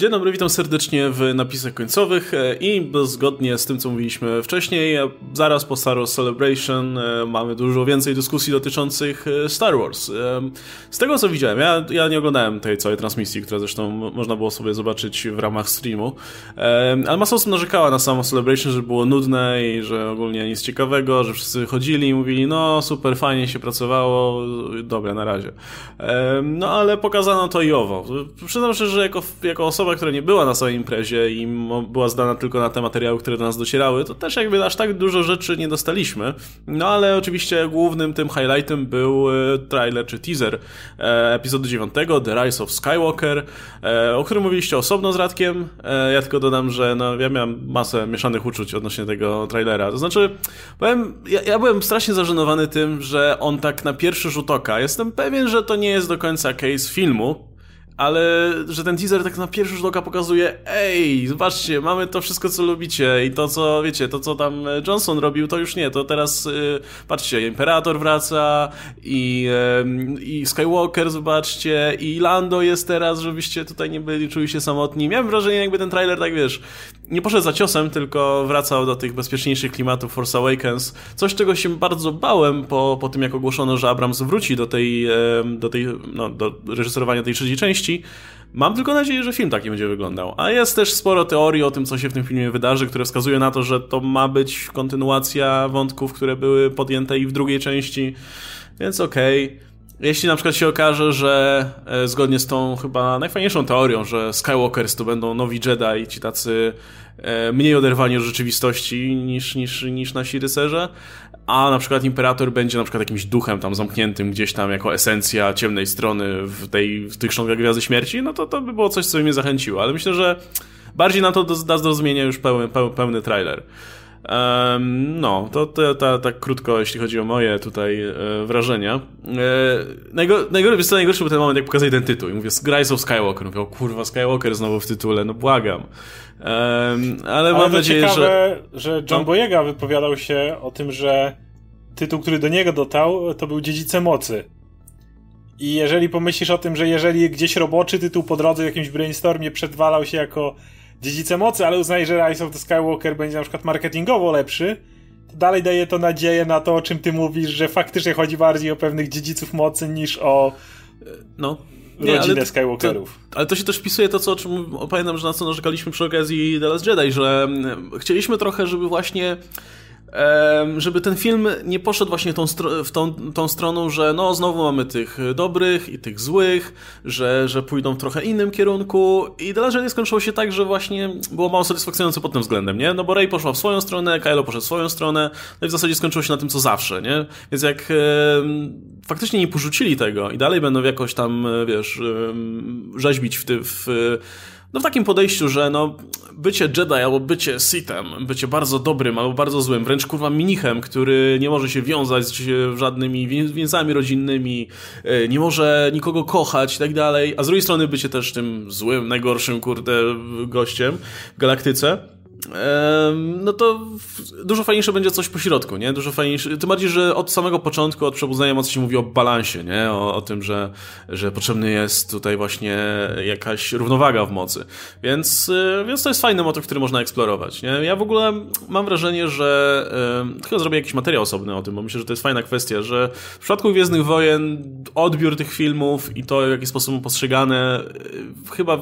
Dzień dobry, witam serdecznie w napisach końcowych i zgodnie z tym, co mówiliśmy wcześniej, zaraz po Star Wars Celebration mamy dużo więcej dyskusji dotyczących Star Wars. Z tego, co widziałem, ja nie oglądałem tej całej transmisji, która zresztą można było sobie zobaczyć w ramach streamu, ale masa osób narzekała na samo Celebration, że było nudne i że ogólnie nic ciekawego, że wszyscy chodzili i mówili, no super, fajnie się pracowało, dobra, na razie. No ale pokazano to i owo. Przyznam się, że jako osoba, która nie była na samej imprezie i była zdana tylko na te materiały, które do nas docierały, to też jakby aż tak dużo rzeczy nie dostaliśmy. No ale oczywiście głównym tym highlightem był trailer czy teaser epizodu 9, The Rise of Skywalker, o którym mówiliście osobno z Radkiem. Ja tylko dodam, że no, ja miałem masę mieszanych uczuć odnośnie tego trailera. To znaczy, ja byłem strasznie zażenowany tym, że on tak na pierwszy rzut oka, jestem pewien, że to nie jest do końca case filmu, ale że ten teaser tak na pierwszy rzut oka pokazuje, ej, zobaczcie, mamy to wszystko, co lubicie i to, co, wiecie, to, co tam Johnson robił, to już nie, to teraz, patrzcie, Imperator wraca i Skywalker, zobaczcie, i Lando jest teraz, żebyście tutaj nie byli, czuli się samotni. Miałem wrażenie, jakby ten trailer, tak wiesz, nie poszedł za ciosem, tylko wracał do tych bezpieczniejszych klimatów Force Awakens. Coś, czego się bardzo bałem po tym, jak ogłoszono, że Abrams wróci do reżyserowania tej trzeciej części. Mam tylko nadzieję, że film taki będzie wyglądał. A jest też sporo teorii o tym, co się w tym filmie wydarzy, które wskazuje na to, że to ma być kontynuacja wątków, które były podjęte i w drugiej części. Więc okej. Jeśli na przykład się okaże, że zgodnie z tą chyba najfajniejszą teorią, że Skywalkers to będą nowi Jedi, ci tacy mniej oderwani od rzeczywistości niż nasi rycerze, a na przykład Imperator będzie na przykład jakimś duchem tam zamkniętym gdzieś tam jako esencja ciemnej strony w tych książkach Gwiazdy Śmierci, no to by było coś, co by mnie zachęciło, ale myślę, że bardziej na to da do zrozumienia już pełny trailer. No, to tak krótko, jeśli chodzi o moje tutaj wrażenia. Najgorszy był ten moment, jak pokazali ten tytuł i mówię, Rise of Skywalker. Mówię, o kurwa, Skywalker znowu w tytule, no błagam. Ale mam nadzieję, że John Boyega wypowiadał się o tym, że tytuł, który do niego dotarł, to był Dziedzice Mocy. I jeżeli pomyślisz o tym, że jeżeli gdzieś roboczy tytuł po drodze w jakimś brainstormie przedwalał się jako Dziedzice Mocy, ale uznaje, że Rise of the Skywalker będzie na przykład marketingowo lepszy, to dalej daje to nadzieję na to, o czym ty mówisz, że faktycznie chodzi bardziej o pewnych dziedziców mocy niż o rodzinę Skywalkerów. Ale to się też wpisuje to, o czym pamiętam, że na co narzekaliśmy przy okazji The Last Jedi, że chcieliśmy trochę, żeby ten film nie poszedł właśnie tą stroną, że no znowu mamy tych dobrych i tych złych, że pójdą w trochę innym kierunku i The Last Jedi skończyło się tak, że właśnie było mało satysfakcjonujące pod tym względem, nie? No bo Rey poszła w swoją stronę, Kylo poszedł w swoją stronę, no i w zasadzie skończyło się na tym, co zawsze, nie? Więc jak faktycznie nie porzucili tego i dalej będą jakoś tam, wiesz, rzeźbić w takim podejściu, że no bycie Jedi albo bycie Sithem, bycie bardzo dobrym albo bardzo złym, wręcz kurwa mnichem, który nie może się wiązać z żadnymi więzami rodzinnymi, nie może nikogo kochać i tak dalej, a z drugiej strony bycie też tym złym, najgorszym kurde gościem w galaktyce, no to dużo fajniejsze będzie coś po środku, nie? Dużo fajniejsze, tym bardziej, że od samego początku, od przebudzenia mocy się mówi o balansie, nie? O tym, że potrzebny jest tutaj właśnie jakaś równowaga w mocy. Więc to jest fajny motyw, który można eksplorować, nie? Ja w ogóle mam wrażenie, że chyba zrobię jakiś materiał osobny o tym, bo myślę, że to jest fajna kwestia, że w przypadku Gwiezdnych Wojen odbiór tych filmów i to, w jaki sposób są postrzegane, chyba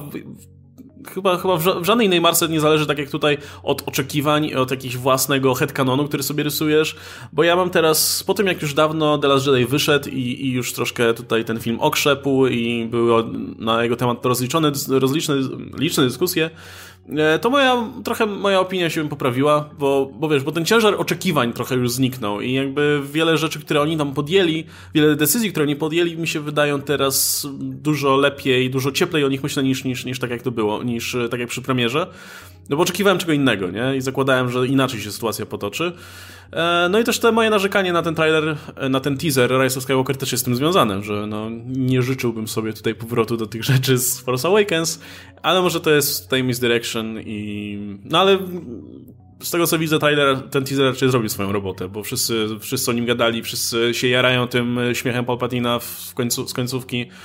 w żadnej innej marce nie zależy, tak jak tutaj, od oczekiwań, od jakiegoś własnego headcanonu, który sobie rysujesz, bo ja mam teraz, po tym jak już dawno The Last Jedi wyszedł i już troszkę tutaj ten film okrzepł i były na jego temat liczne dyskusje, to moja opinia się poprawiła, bo wiesz, bo ten ciężar oczekiwań trochę już zniknął i jakby wiele rzeczy, które oni tam podjęli, wiele decyzji, które oni podjęli, mi się wydają teraz dużo lepiej, dużo cieplej o nich myślę niż tak jak to było, niż tak jak przy premierze. No bo oczekiwałem czego innego, nie? I zakładałem, że inaczej się sytuacja potoczy. No i też te moje narzekanie na ten trailer, na ten teaser Rise of Skywalker też jest z tym związane, że no nie życzyłbym sobie tutaj powrotu do tych rzeczy z Force Awakens, ale może to jest tutaj misdirection no ale z tego co widzę, ten teaser raczej zrobił swoją robotę, bo wszyscy o nim gadali, wszyscy się jarają tym śmiechem Palpatina z końcówki.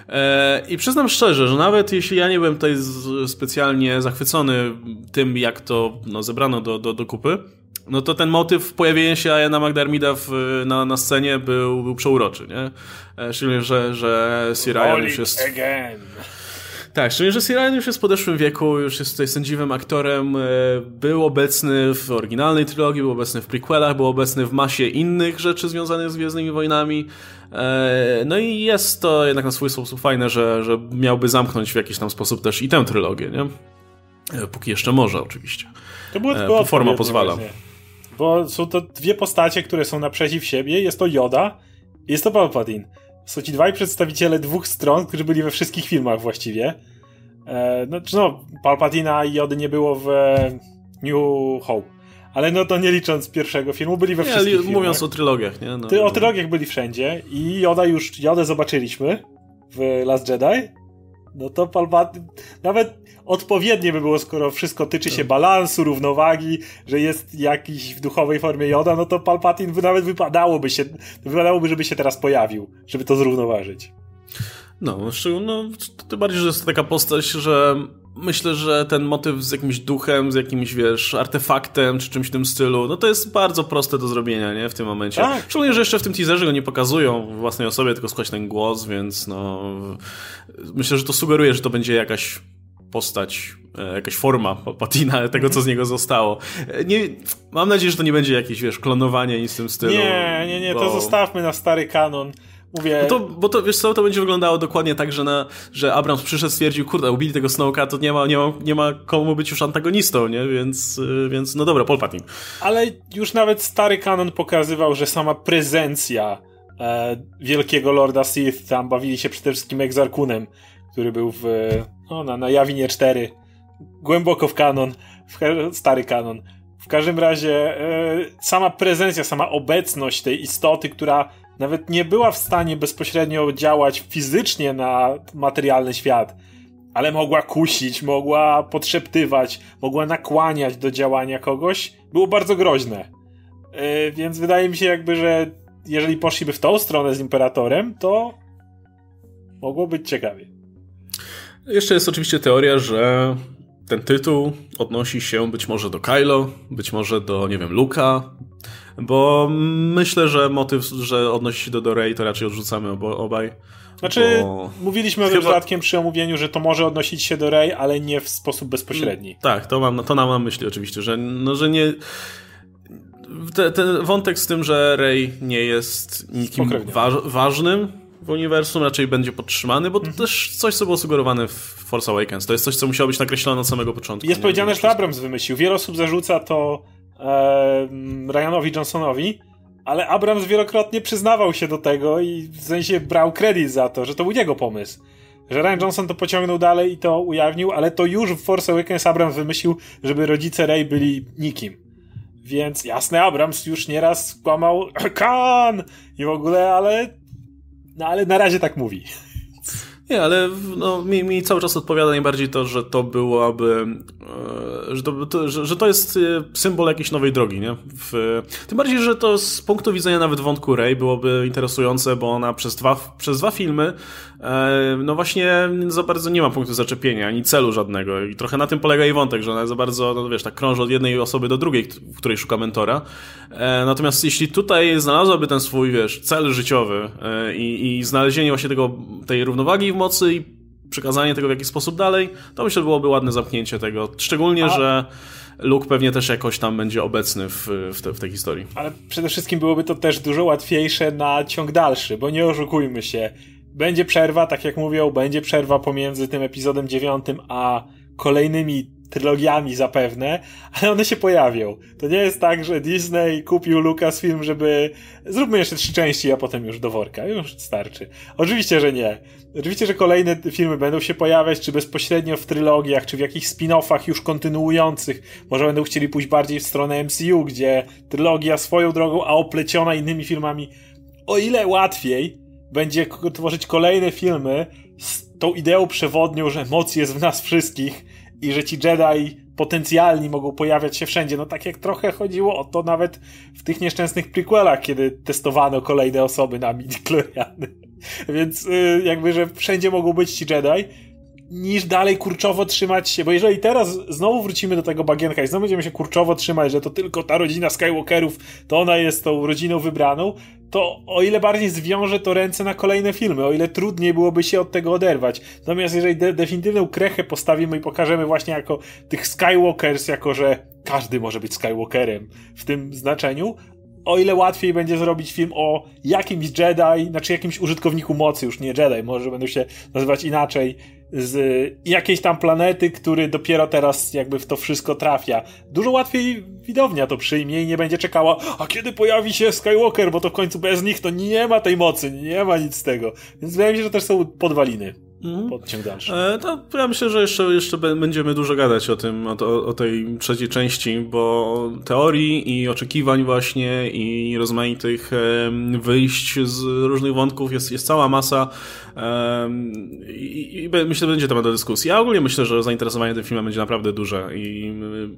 I przyznam szczerze, że nawet jeśli ja nie byłem tutaj specjalnie zachwycony tym, jak to zebrano do kupy, no to ten motyw pojawienia się Iana McDiarmida na scenie był przeuroczy, nie? Szczególnie, że Sir Ian już jest... Tak, szczególnie, że Sir Ian już jest w podeszłym wieku, już jest tutaj sędziwym aktorem, był obecny w oryginalnej trylogii, był obecny w prequelach, był obecny w masie innych rzeczy związanych z Gwiezdnymi Wojnami. No i jest to jednak na swój sposób fajne, że miałby zamknąć w jakiś tam sposób też i tę trylogię, nie? Póki jeszcze może, oczywiście. To było forma pozwala. Właśnie. Bo są to dwie postacie, które są naprzeciw siebie. Jest to Yoda i jest to Palpatine. Są ci dwaj przedstawiciele dwóch stron, którzy byli we wszystkich filmach właściwie. Palpatina i Jody nie było w New Hope. Ale no to nie licząc pierwszego filmu, byli we wszystkich filmach. Mówiąc o trylogiach, nie? O trylogiach byli wszędzie i Jodę zobaczyliśmy w Last Jedi. No to Palpatine... Nawet odpowiednie by było, skoro wszystko tyczy się balansu, równowagi, że jest jakiś w duchowej formie Yoda, no to Palpatine nawet wypadałoby, żeby się teraz pojawił, żeby to zrównoważyć. Tym bardziej, że jest to taka postać, że myślę, że ten motyw z jakimś duchem, z jakimś, artefaktem, czy czymś w tym stylu, no to jest bardzo proste do zrobienia, nie? W tym momencie. Tak. Szczególnie, że jeszcze w tym teaserze go nie pokazują w własnej osobie, tylko słychać ten głos, więc myślę, że to sugeruje, że to będzie jakaś postać, jakaś forma Palpatina, tego, co z niego zostało. Mam nadzieję, że to nie będzie jakieś, klonowanie nic w tym stylu. Nie, to zostawmy na stary kanon. Mówię... Bo to, wiesz co, to będzie wyglądało dokładnie tak, że Abrams przyszedł, stwierdził, kurde, ubili tego Snoke'a, to nie ma komu być już antagonistą, nie? Więc no dobra, Palpatine. Ale już nawet stary kanon pokazywał, że sama prezencja wielkiego Lorda Sith, tam bawili się przede wszystkim Exar-Kunem, który był na Jawinie 4. Głęboko w kanon, stary kanon. W każdym razie sama prezencja, sama obecność tej istoty, która nawet nie była w stanie bezpośrednio działać fizycznie na materialny świat, ale mogła kusić, mogła podszeptywać, mogła nakłaniać do działania kogoś, było bardzo groźne. Więc wydaje mi się że jeżeli poszliby w tą stronę z Imperatorem, to mogło być ciekawie. Jeszcze jest oczywiście teoria, że ten tytuł odnosi się być może do Kylo, być może do, Luke'a, bo myślę, że motyw, że odnosi się do Rey, to raczej odrzucamy obaj. Mówiliśmy o tym dodatkiem przy omówieniu, że to może odnosić się do Rey, ale nie w sposób bezpośredni. Tak, to mam na myśli oczywiście, że nie... Ten wątek z tym, że Rey nie jest nikim ważnym w uniwersum, raczej będzie podtrzymany, bo to też coś, co było sugerowane w Force Awakens. To jest coś, co musiało być nakreślone od samego początku. Jest powiedziane, że Abrams wymyślił. Wiele osób zarzuca to Ryanowi Johnsonowi, ale Abrams wielokrotnie przyznawał się do tego i w sensie brał kredyt za to, że to był jego pomysł. Że Rian Johnson to pociągnął dalej i to ujawnił, ale to już w Force Awakens Abrams wymyślił, żeby rodzice Rey byli nikim. Więc jasne, Abrams już nieraz kłamał Khan i w ogóle, ale na razie tak mówi. Nie, ale mi cały czas odpowiada najbardziej to, że to byłaby... Że to jest symbol jakiejś nowej drogi, nie? Tym bardziej, że to z punktu widzenia nawet wątku Rey byłoby interesujące, bo ona przez dwa filmy właśnie za bardzo nie ma punktu zaczepienia, ani celu żadnego i trochę na tym polega jej wątek, że ona za bardzo, tak krąży od jednej osoby do drugiej, w której szuka mentora. Natomiast jeśli tutaj znalazłaby ten swój, cel życiowy i znalezienie właśnie tej równowagi w mocy i przekazanie tego w jakiś sposób dalej, to myślę, że byłoby ładne zamknięcie tego. Szczególnie, że Luke pewnie też jakoś tam będzie obecny w tej historii. Ale przede wszystkim byłoby to też dużo łatwiejsze na ciąg dalszy, bo nie oszukujmy się. Będzie przerwa, tak jak mówią, będzie przerwa pomiędzy tym epizodem 9 a kolejnymi trylogiami zapewne, ale one się pojawią. To nie jest tak, że Disney kupił Lucasfilm, żeby zróbmy jeszcze 3 części, a potem już do worka. Już starczy. Oczywiście, że nie. Oczywiście, że kolejne filmy będą się pojawiać, czy bezpośrednio w trylogiach, czy w jakichś spin-offach już kontynuujących. Może będą chcieli pójść bardziej w stronę MCU, gdzie trylogia swoją drogą, a opleciona innymi filmami. O ile łatwiej będzie tworzyć kolejne filmy z tą ideą przewodnią, że moc jest w nas wszystkich i że ci Jedi potencjalni mogą pojawiać się wszędzie. No tak jak trochę chodziło o to nawet w tych nieszczęsnych prequelach, kiedy testowano kolejne osoby na midi-chloriany. Więc jakby, że wszędzie mogą być ci Jedi, niż dalej kurczowo trzymać się, bo jeżeli teraz znowu wrócimy do tego bagienka i znowu będziemy się kurczowo trzymać, że to tylko ta rodzina Skywalkerów, to ona jest tą rodziną wybraną, to o ile bardziej zwiąże to ręce na kolejne filmy, o ile trudniej byłoby się od tego oderwać. Natomiast jeżeli definitywną krechę postawimy i pokażemy właśnie jako tych Skywalkers, jako że każdy może być Skywalkerem w tym znaczeniu, o ile łatwiej będzie zrobić film o jakimś Jedi, znaczy jakimś użytkowniku mocy, już nie Jedi, może będą się nazywać inaczej, z jakiejś tam planety, który dopiero teraz jakby w to wszystko trafia. Dużo łatwiej widownia to przyjmie i nie będzie czekała, a kiedy pojawi się Skywalker, bo to w końcu bez nich to nie ma tej mocy, nie ma nic z tego. Więc wydaje mi się, że też są podwaliny. Podciąg dalszy. To ja myślę, że jeszcze będziemy dużo gadać o tym, o tej trzeciej części, bo teorii i oczekiwań właśnie i rozmaitych wyjść z różnych wątków jest cała masa i myślę, że będzie temat do dyskusji. Ja ogólnie myślę, że zainteresowanie tym filmem będzie naprawdę duże i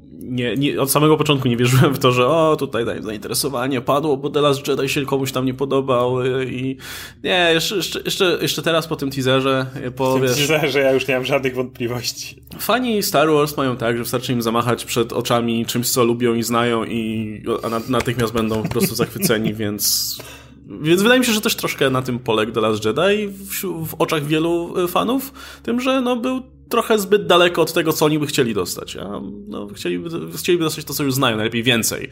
od samego początku nie wierzyłem w to, że tutaj zainteresowanie padło, bo The Last Jedi się komuś tam nie podobał i nie, jeszcze teraz po tym teaserze że ja już nie mam żadnych wątpliwości. Fani Star Wars mają tak, że wystarczy im zamachać przed oczami czymś, co lubią i znają a natychmiast będą po prostu zachwyceni, więc wydaje mi się, że też troszkę na tym poległ The Last Jedi w oczach wielu fanów, tym, że był trochę zbyt daleko od tego, co oni by chcieli dostać. Chcieliby dostać to, co już znają, najlepiej więcej.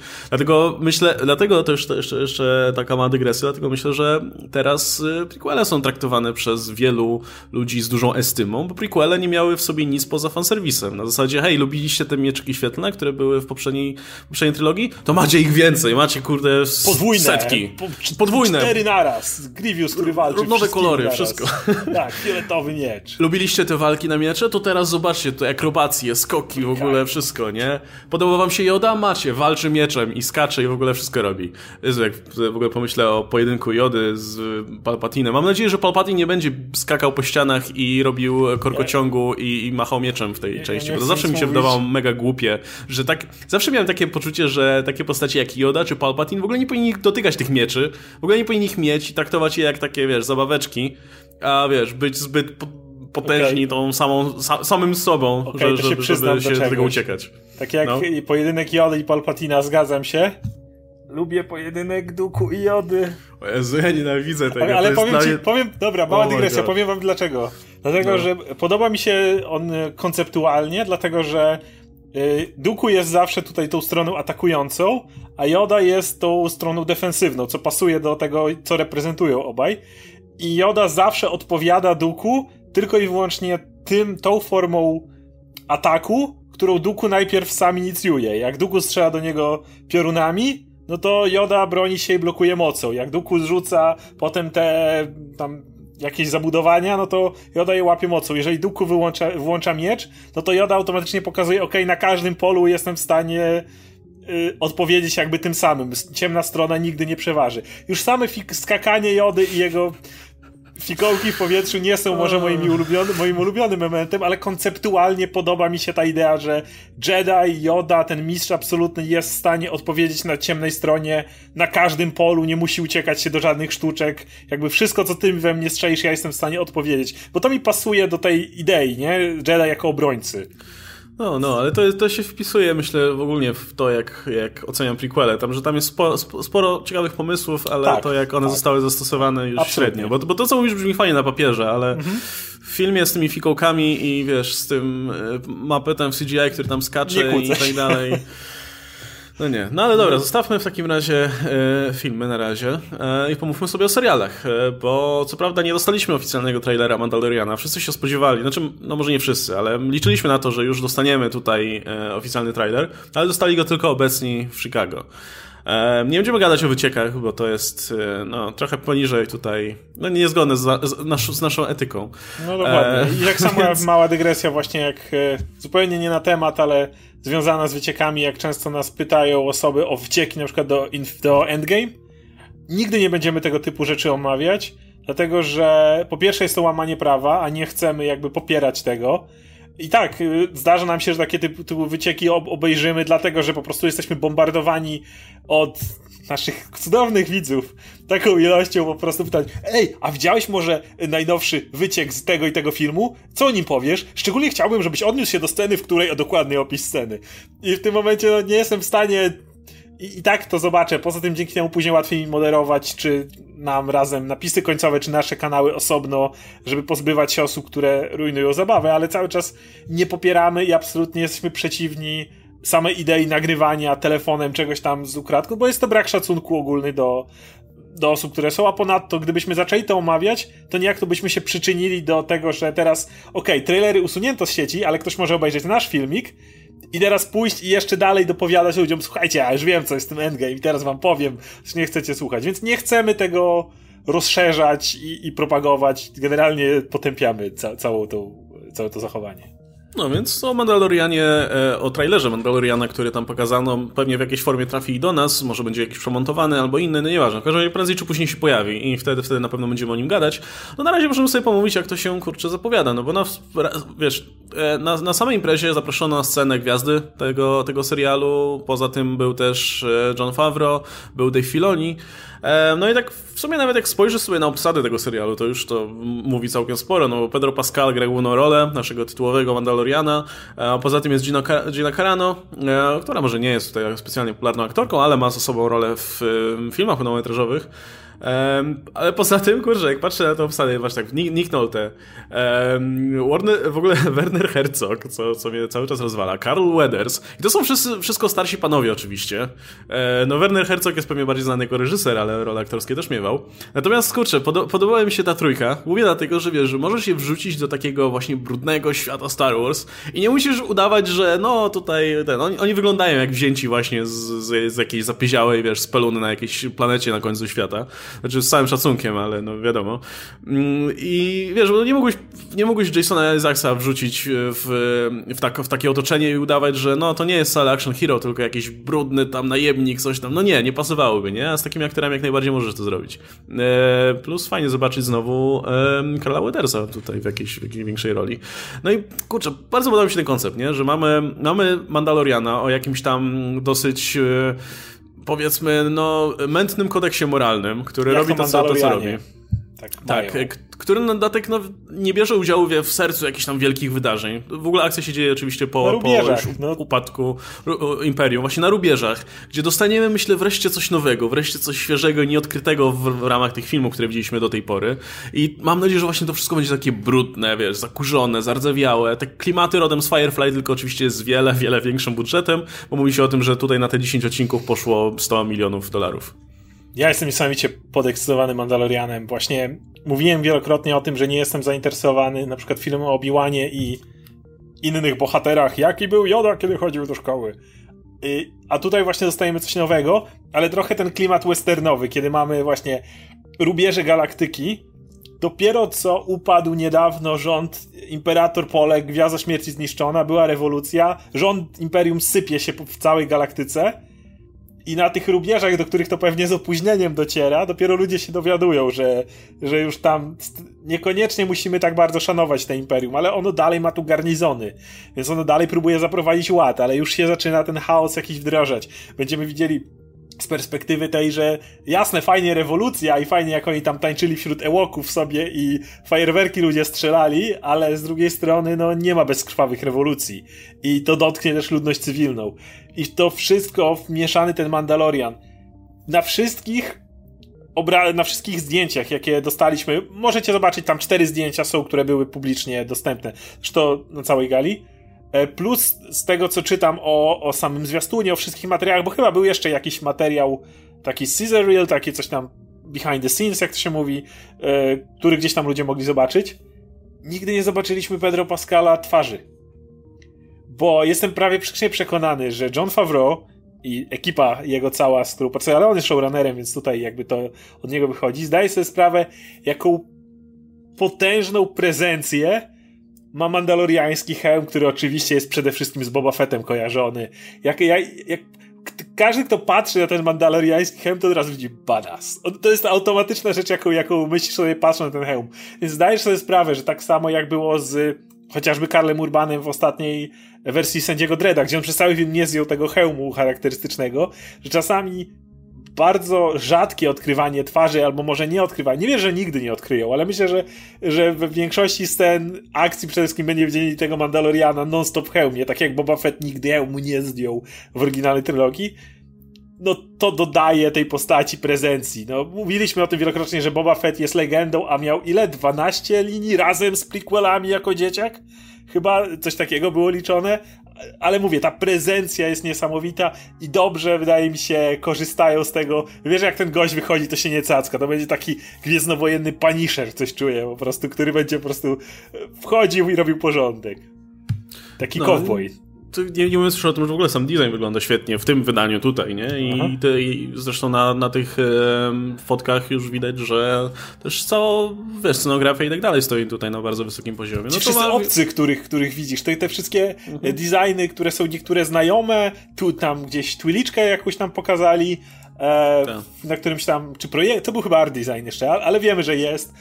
Dlatego to jeszcze taka mała dygresja, dlatego myślę, że teraz prequele są traktowane przez wielu ludzi z dużą estymą, bo prequele nie miały w sobie nic poza fanserwisem. Na zasadzie, hej, lubiliście te mieczyki świetlne, które były w poprzedniej trylogii? To macie ich więcej, macie kurde setki. Podwójne. 4 naraz. Grievous, który walczy. Nowe kolory, naraz. Wszystko. Tak, fioletowy miecz. Lubiliście te walki na miecze? To teraz zobaczcie, to akrobacje, skoki, w ogóle wszystko, nie? Podoba wam się Yoda? Macie, walczy mieczem i skacze i w ogóle wszystko robi. Jezu, jak w ogóle pomyślę o pojedynku Jody z Palpatinem. Mam nadzieję, że Palpatine nie będzie skakał po ścianach i robił korkociągu i machał mieczem w tej części, bo to zawsze mi się wydawało mega głupie, że tak, zawsze miałem takie poczucie, że takie postacie jak Yoda czy Palpatine w ogóle nie powinni dotykać tych mieczy, w ogóle nie powinni ich mieć i traktować je jak takie, zabaweczki, a być zbyt potężni tą samym sobą, żeby się do tego uciekać. Tak jak pojedynek Jody i Palpatina, zgadzam się. Lubię pojedynek Dooku i Jody. O Jezu, ja nienawidzę tego. Ale dobra, mała dygresja, powiem wam dlaczego. Dlatego, że podoba mi się on konceptualnie, dlatego, że Dooku jest zawsze tutaj tą stroną atakującą, a Yoda jest tą stroną defensywną, co pasuje do tego, co reprezentują obaj. I Yoda zawsze odpowiada Dooku tylko i wyłącznie tą formą ataku, którą Dooku najpierw sam inicjuje. Jak Dooku strzela do niego piorunami, no to Yoda broni się i blokuje mocą. Jak Dooku zrzuca potem te tam jakieś zabudowania, no to Yoda je łapie mocą. Jeżeli Dooku włącza miecz, no to Yoda automatycznie pokazuje, na każdym polu jestem w stanie odpowiedzieć jakby tym samym. Ciemna strona nigdy nie przeważy. Już same skakanie Jody i jego fikołki w powietrzu nie są może moim ulubionym momentem, ale konceptualnie podoba mi się ta idea, że Jedi, Yoda, ten mistrz absolutny jest w stanie odpowiedzieć na ciemnej stronie na każdym polu, nie musi uciekać się do żadnych sztuczek. Jakby wszystko, co ty we mnie strzelisz, ja jestem w stanie odpowiedzieć. Bo to mi pasuje do tej idei, nie? Jedi jako obrońcy. Ale to się wpisuje, myślę, ogólnie w to, jak oceniam prequele. Tam jest sporo ciekawych pomysłów, ale to, jak one zostały zastosowane, już średnio. Bo to, co mówisz, brzmi fajnie na papierze, ale w filmie z tymi fikołkami i z tym mapetem w CGI, który tam skacze i tak dalej. No nie. No ale dobra, zostawmy w takim razie filmy na razie i pomówmy sobie o serialach, bo co prawda nie dostaliśmy oficjalnego trailera Mandaloriana. Wszyscy się spodziewali, może nie wszyscy, ale liczyliśmy na to, że już dostaniemy tutaj oficjalny trailer, ale dostali go tylko obecni w Chicago. Nie będziemy gadać o wyciekach, bo to jest trochę poniżej tutaj, niezgodne z naszą etyką. No dokładnie. I tak samo mała dygresja właśnie, jak zupełnie nie na temat, ale związana z wyciekami, jak często nas pytają osoby o wycieki na przykład do Endgame. Nigdy nie będziemy tego typu rzeczy omawiać, dlatego że po pierwsze jest to łamanie prawa, a nie chcemy jakby popierać tego. I tak, zdarza nam się, że takie typu wycieki obejrzymy, dlatego że po prostu jesteśmy bombardowani od naszych cudownych widzów taką ilością po prostu pytań: ej, a widziałeś może najnowszy wyciek z tego i tego filmu? Co o nim powiesz? Szczególnie chciałbym, żebyś odniósł się do sceny, w której dokładny opis sceny. I w tym momencie nie jestem w stanie i tak to zobaczę. Poza tym dzięki temu później łatwiej mi moderować, czy nam razem napisy końcowe, czy nasze kanały osobno, żeby pozbywać się osób, które rujnują zabawę, ale cały czas nie popieramy i absolutnie jesteśmy przeciwni samej idei nagrywania telefonem czegoś tam z ukradku, bo jest to brak szacunku ogólny do osób, które są, a ponadto gdybyśmy zaczęli to omawiać, to niejako byśmy się przyczynili do tego, że teraz trailery usunięto z sieci, ale ktoś może obejrzeć nasz filmik i teraz pójść i jeszcze dalej dopowiadać ludziom: słuchajcie, ja już wiem, co jest w tym endgame i teraz wam powiem, że nie chcecie słuchać, więc nie chcemy tego rozszerzać i propagować. Generalnie potępiamy całe to zachowanie. No więc o Mandalorianie, o trailerze Mandaloriana, który tam pokazano, pewnie w jakiejś formie trafi i do nas, może będzie jakiś przemontowany albo inny, no nieważne. W każdym razie prędzej czy później się pojawi i wtedy na pewno będziemy o nim gadać. No na razie możemy sobie pomówić, jak to się, zapowiada, no bo na samej imprezie zaproszono na scenę gwiazdy tego serialu, poza tym był też Jon Favreau, był Dave Filoni. No i tak w sumie nawet jak spojrzysz sobie na obsadę tego serialu, to już to mówi całkiem sporo, no bo Pedro Pascal gra główną rolę naszego tytułowego Mandaloriana, a poza tym jest Gina Carano, która może nie jest tutaj specjalnie popularną aktorką, ale ma za sobą rolę w filmach pełnometrażowych. Ale poza tym, jak patrzę na tą obsadę, właśnie tak, Nick Nolte, w ogóle Werner Herzog, co mnie cały czas rozwala, Carl Weathers, i to są wszystko starsi panowie oczywiście. No Werner Herzog jest pewnie bardziej znany jako reżyser, ale role aktorskie też miewał. Natomiast podobała mi się ta trójka, mówię dlatego, że wiesz, że możesz się wrzucić do takiego właśnie brudnego świata Star Wars i nie musisz udawać, że no tutaj oni wyglądają jak wzięci właśnie z jakiejś zapieziałej, wiesz, speluny na jakiejś planecie na końcu świata. Znaczy z całym szacunkiem, ale no wiadomo. I wiesz, bo nie mogłeś Jasona Isaacsa wrzucić w takie otoczenie i udawać, że no to nie jest wcale action hero, tylko jakiś brudny tam najemnik, coś tam. No nie pasowałoby, nie? A z takimi aktorami jak najbardziej możesz to zrobić. Plus fajnie zobaczyć znowu Carla Weathersa tutaj w jakiejś większej roli. No i bardzo podoba mi się ten koncept, nie? Że mamy Mandaloriana o jakimś tam dosyć powiedzmy, mętnym kodeksie moralnym, który robi to, co robi. Tak, który na dodatek nie bierze udziału w sercu jakichś tam wielkich wydarzeń. W ogóle akcja się dzieje oczywiście po upadku Imperium, właśnie na rubieżach, gdzie dostaniemy, myślę, wreszcie coś nowego, wreszcie coś świeżego i nieodkrytego w ramach tych filmów, które widzieliśmy do tej pory. I mam nadzieję, że właśnie to wszystko będzie takie brudne, wiesz, zakurzone, zardzewiałe. Te klimaty rodem z Firefly, tylko oczywiście z wiele, wiele większym budżetem, bo mówi się o tym, że tutaj na te 10 odcinków poszło $100 milionów. Ja jestem niesamowicie podekscytowany Mandalorianem. Właśnie mówiłem wielokrotnie o tym, że nie jestem zainteresowany na przykład filmem o Obi-Wanie i innych bohaterach, jaki był Yoda, kiedy chodził do szkoły. A tutaj właśnie dostajemy coś nowego, ale trochę ten klimat westernowy, kiedy mamy właśnie rubieże galaktyki. Dopiero co upadł niedawno rząd, imperator poległ, Gwiazda Śmierci zniszczona, była rewolucja, rząd Imperium sypie się w całej galaktyce. I na tych rubieżach, do których to pewnie z opóźnieniem dociera, dopiero ludzie się dowiadują, że już tam niekoniecznie musimy tak bardzo szanować te imperium, ale ono dalej ma tu garnizony, więc ono dalej próbuje zaprowadzić ład, ale już się zaczyna ten chaos jakiś wdrażać. Będziemy widzieli z perspektywy tej, że jasne, fajnie rewolucja i fajnie jak oni tam tańczyli wśród Ewoków sobie i fajerwerki ludzie strzelali, ale z drugiej strony nie ma bezkrwawych rewolucji i to dotknie też ludność cywilną. I to wszystko wmieszany ten Mandalorian. Na wszystkich zdjęciach, jakie dostaliśmy, możecie zobaczyć, tam 4 zdjęcia są, które były publicznie dostępne, zresztą na całej gali. Plus z tego, co czytam o samym zwiastunie, o wszystkich materiałach, bo chyba był jeszcze jakiś materiał, taki scissor reel, takie coś tam behind the scenes, jak to się mówi, który gdzieś tam ludzie mogli zobaczyć. Nigdy nie zobaczyliśmy Pedro Pascala twarzy. Bo jestem prawie przekonany, że Jon Favreau i ekipa jego cała, z którą pracuje, ale on jest showrunnerem, więc tutaj jakby to od niego wychodzi, zdaje sobie sprawę, jaką potężną prezencję ma mandaloriański hełm, który oczywiście jest przede wszystkim z Boba Fettem kojarzony. Jak każdy, kto patrzy na ten mandaloriański hełm, to od razu widzi badass. To jest automatyczna rzecz, jaką myślisz sobie patrząc na ten hełm. Więc zdajesz sobie sprawę, że tak samo jak było z chociażby Karlem Urbanem w ostatniej wersji Sędziego Dredda, gdzie on przez cały film nie zdjął tego hełmu charakterystycznego, że czasami bardzo rzadkie odkrywanie twarzy, albo może nie odkrywanie. Nie wiem, że nigdy nie odkryją, ale myślę, że w większości scen akcji przede wszystkim będzie widzieli tego Mandaloriana non-stop w hełmie, tak jak Boba Fett nigdy hełmu nie zdjął w oryginalnej trylogii. No to dodaje tej postaci prezencji. No, mówiliśmy o tym wielokrotnie, że Boba Fett jest legendą, a miał ile? 12 linii razem z prequelami jako dzieciak? Chyba coś takiego było liczone. Ale mówię, ta prezencja jest niesamowita i dobrze, wydaje mi się, korzystają z tego. Wiesz, jak ten gość wychodzi, to się nie cacka. To będzie taki gwiezdnowojenny Punisher, coś czuję po prostu, który będzie po prostu wchodził i robił porządek. Taki cowboy. Nie mówiąc już o tym, że w ogóle sam design wygląda świetnie w tym wydaniu tutaj, nie? I zresztą na tych fotkach już widać, że też scenografia i tak dalej stoi tutaj na bardzo wysokim poziomie. No ci wszyscy obcy, których widzisz, te wszystkie designy, które są niektóre znajome, tu tam gdzieś Twiliczkę jakąś tam pokazali, na którymś tam, czy projekt, to był chyba art design jeszcze, ale wiemy, że jest.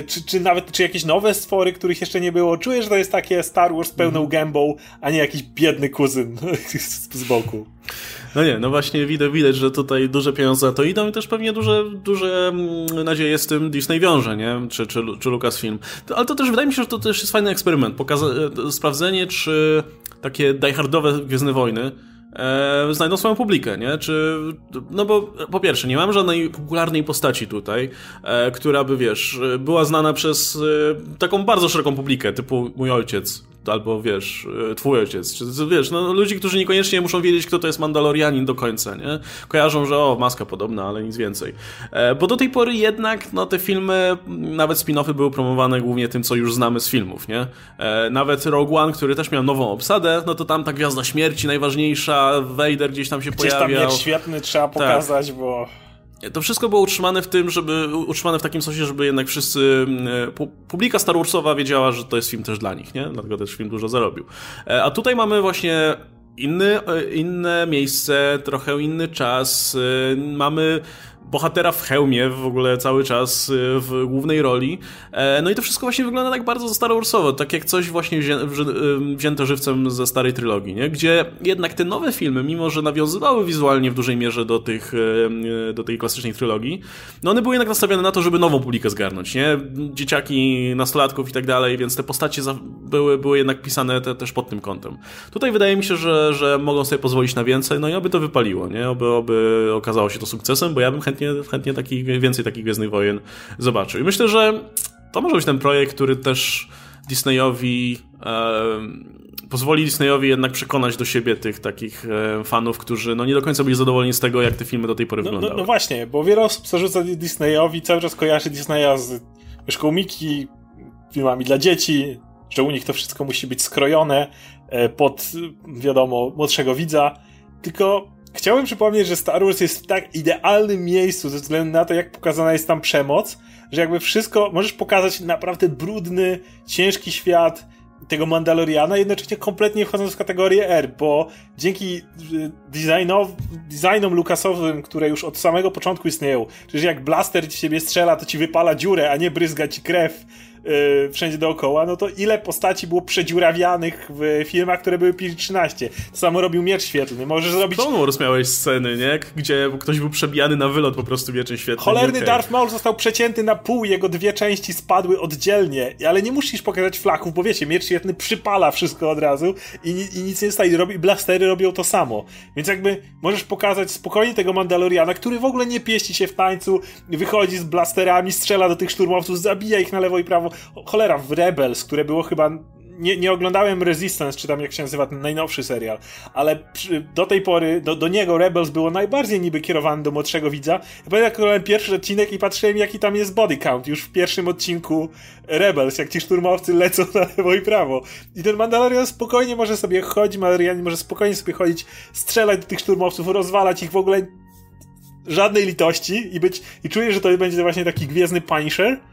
Czy jakieś nowe stwory, których jeszcze nie było. Czuję, że to jest takie Star Wars pełną gębą, a nie jakiś biedny kuzyn z boku. No nie, no właśnie widać, że tutaj duże pieniądze za to idą i też pewnie duże nadzieje z tym Disney wiąże, nie? Czy Lucasfilm. Ale to też wydaje mi się, że to też jest fajny eksperyment. Sprawdzenie, czy takie diehardowe Gwiezdne Wojny znajdą swoją publikę, nie? No bo po pierwsze, nie mam żadnej popularnej postaci tutaj, która by, wiesz, była znana przez taką bardzo szeroką publikę, typu mój ojciec, albo wiesz, twój ojciec, czy wiesz, no ludzi, którzy niekoniecznie muszą wiedzieć, kto to jest Mandalorianin do końca, nie? Kojarzą, że maska podobna, ale nic więcej. Bo do tej pory jednak, no te filmy, nawet spin-offy były promowane głównie tym, co już znamy z filmów, nie? Nawet Rogue One, który też miał nową obsadę, no to tam ta Gwiazda Śmierci najważniejsza, Vader gdzieś tam się pojawiał. Gdzieś tam miecz świetny trzeba pokazać, bo... To wszystko było utrzymane utrzymane w takim sensie, żeby jednak wszyscy, publika Star Warsowa wiedziała, że to jest film też dla nich, nie? Dlatego też film dużo zarobił. A tutaj mamy właśnie inne miejsce, trochę inny czas, mamy bohatera w hełmie w ogóle cały czas w głównej roli. No i to wszystko właśnie wygląda tak bardzo Star Warsowo, tak jak coś właśnie wzięte żywcem ze starej trylogii, nie? Gdzie jednak te nowe filmy, mimo że nawiązywały wizualnie w dużej mierze do tej klasycznej trylogii, no one były jednak nastawione na to, żeby nową publikę zgarnąć, nie? Dzieciaki, nastolatków i tak dalej, więc te postacie były jednak pisane też pod tym kątem. Tutaj wydaje mi się, że mogą sobie pozwolić na więcej, no i oby to wypaliło, nie? Oby okazało się to sukcesem, bo ja bym chętnie więcej takich Gwiezdnych Wojen zobaczył. I myślę, że to może być ten projekt, który też pozwoli Disneyowi jednak przekonać do siebie tych takich fanów, którzy no nie do końca byli zadowoleni z tego, jak te filmy do tej pory wyglądały. No właśnie, bo wiele osób zarzuca Disneyowi, cały czas kojarzy Disneya z myszką Miki, filmami dla dzieci, że u nich to wszystko musi być skrojone pod, wiadomo, młodszego widza. Tylko chciałbym przypomnieć, że Star Wars jest w tak idealnym miejscu ze względu na to, jak pokazana jest tam przemoc, że jakby wszystko możesz pokazać naprawdę brudny, ciężki świat tego Mandaloriana, jednocześnie kompletnie wchodząc w kategorię R, bo dzięki designom Lucasowym, które już od samego początku istnieją, czyli jak blaster ci siebie strzela, to ci wypala dziurę, a nie bryzga ci krew wszędzie dookoła, no to ile postaci było przedziurawianych w filmach, które były PG-13. To samo robił Miecz Świetlny. Możesz zrobić... Clone Wars miałeś sceny, nie? Gdzie ktoś był przebijany na wylot po prostu Mieczem Świetlnym. Cholerny Darth Maul został przecięty na pół, jego dwie części spadły oddzielnie, ale nie musisz pokazać flaków, bo wiecie, Miecz Świetlny przypala wszystko od razu i nic nie staje. Blastery robią to samo. Więc jakby możesz pokazać spokojnie tego Mandaloriana, który w ogóle nie pieści się w tańcu, wychodzi z blasterami, strzela do tych szturmowców, zabija ich na lewo i prawo. Cholera, w Rebels, które było chyba... Nie oglądałem Resistance, czy tam jak się nazywa ten najnowszy serial, ale do tej pory, do niego Rebels było najbardziej niby kierowane do młodszego widza. Ja pamiętam, jak oglądałem pierwszy odcinek i patrzyłem, jaki tam jest body count już w pierwszym odcinku Rebels, jak ci szturmowcy lecą na lewo i prawo. I ten Mandalorian spokojnie może sobie chodzić, Mandalorian może spokojnie sobie chodzić, strzelać do tych szturmowców, rozwalać ich w ogóle żadnej litości i czuję, że to będzie właśnie taki gwiezdny Punisher.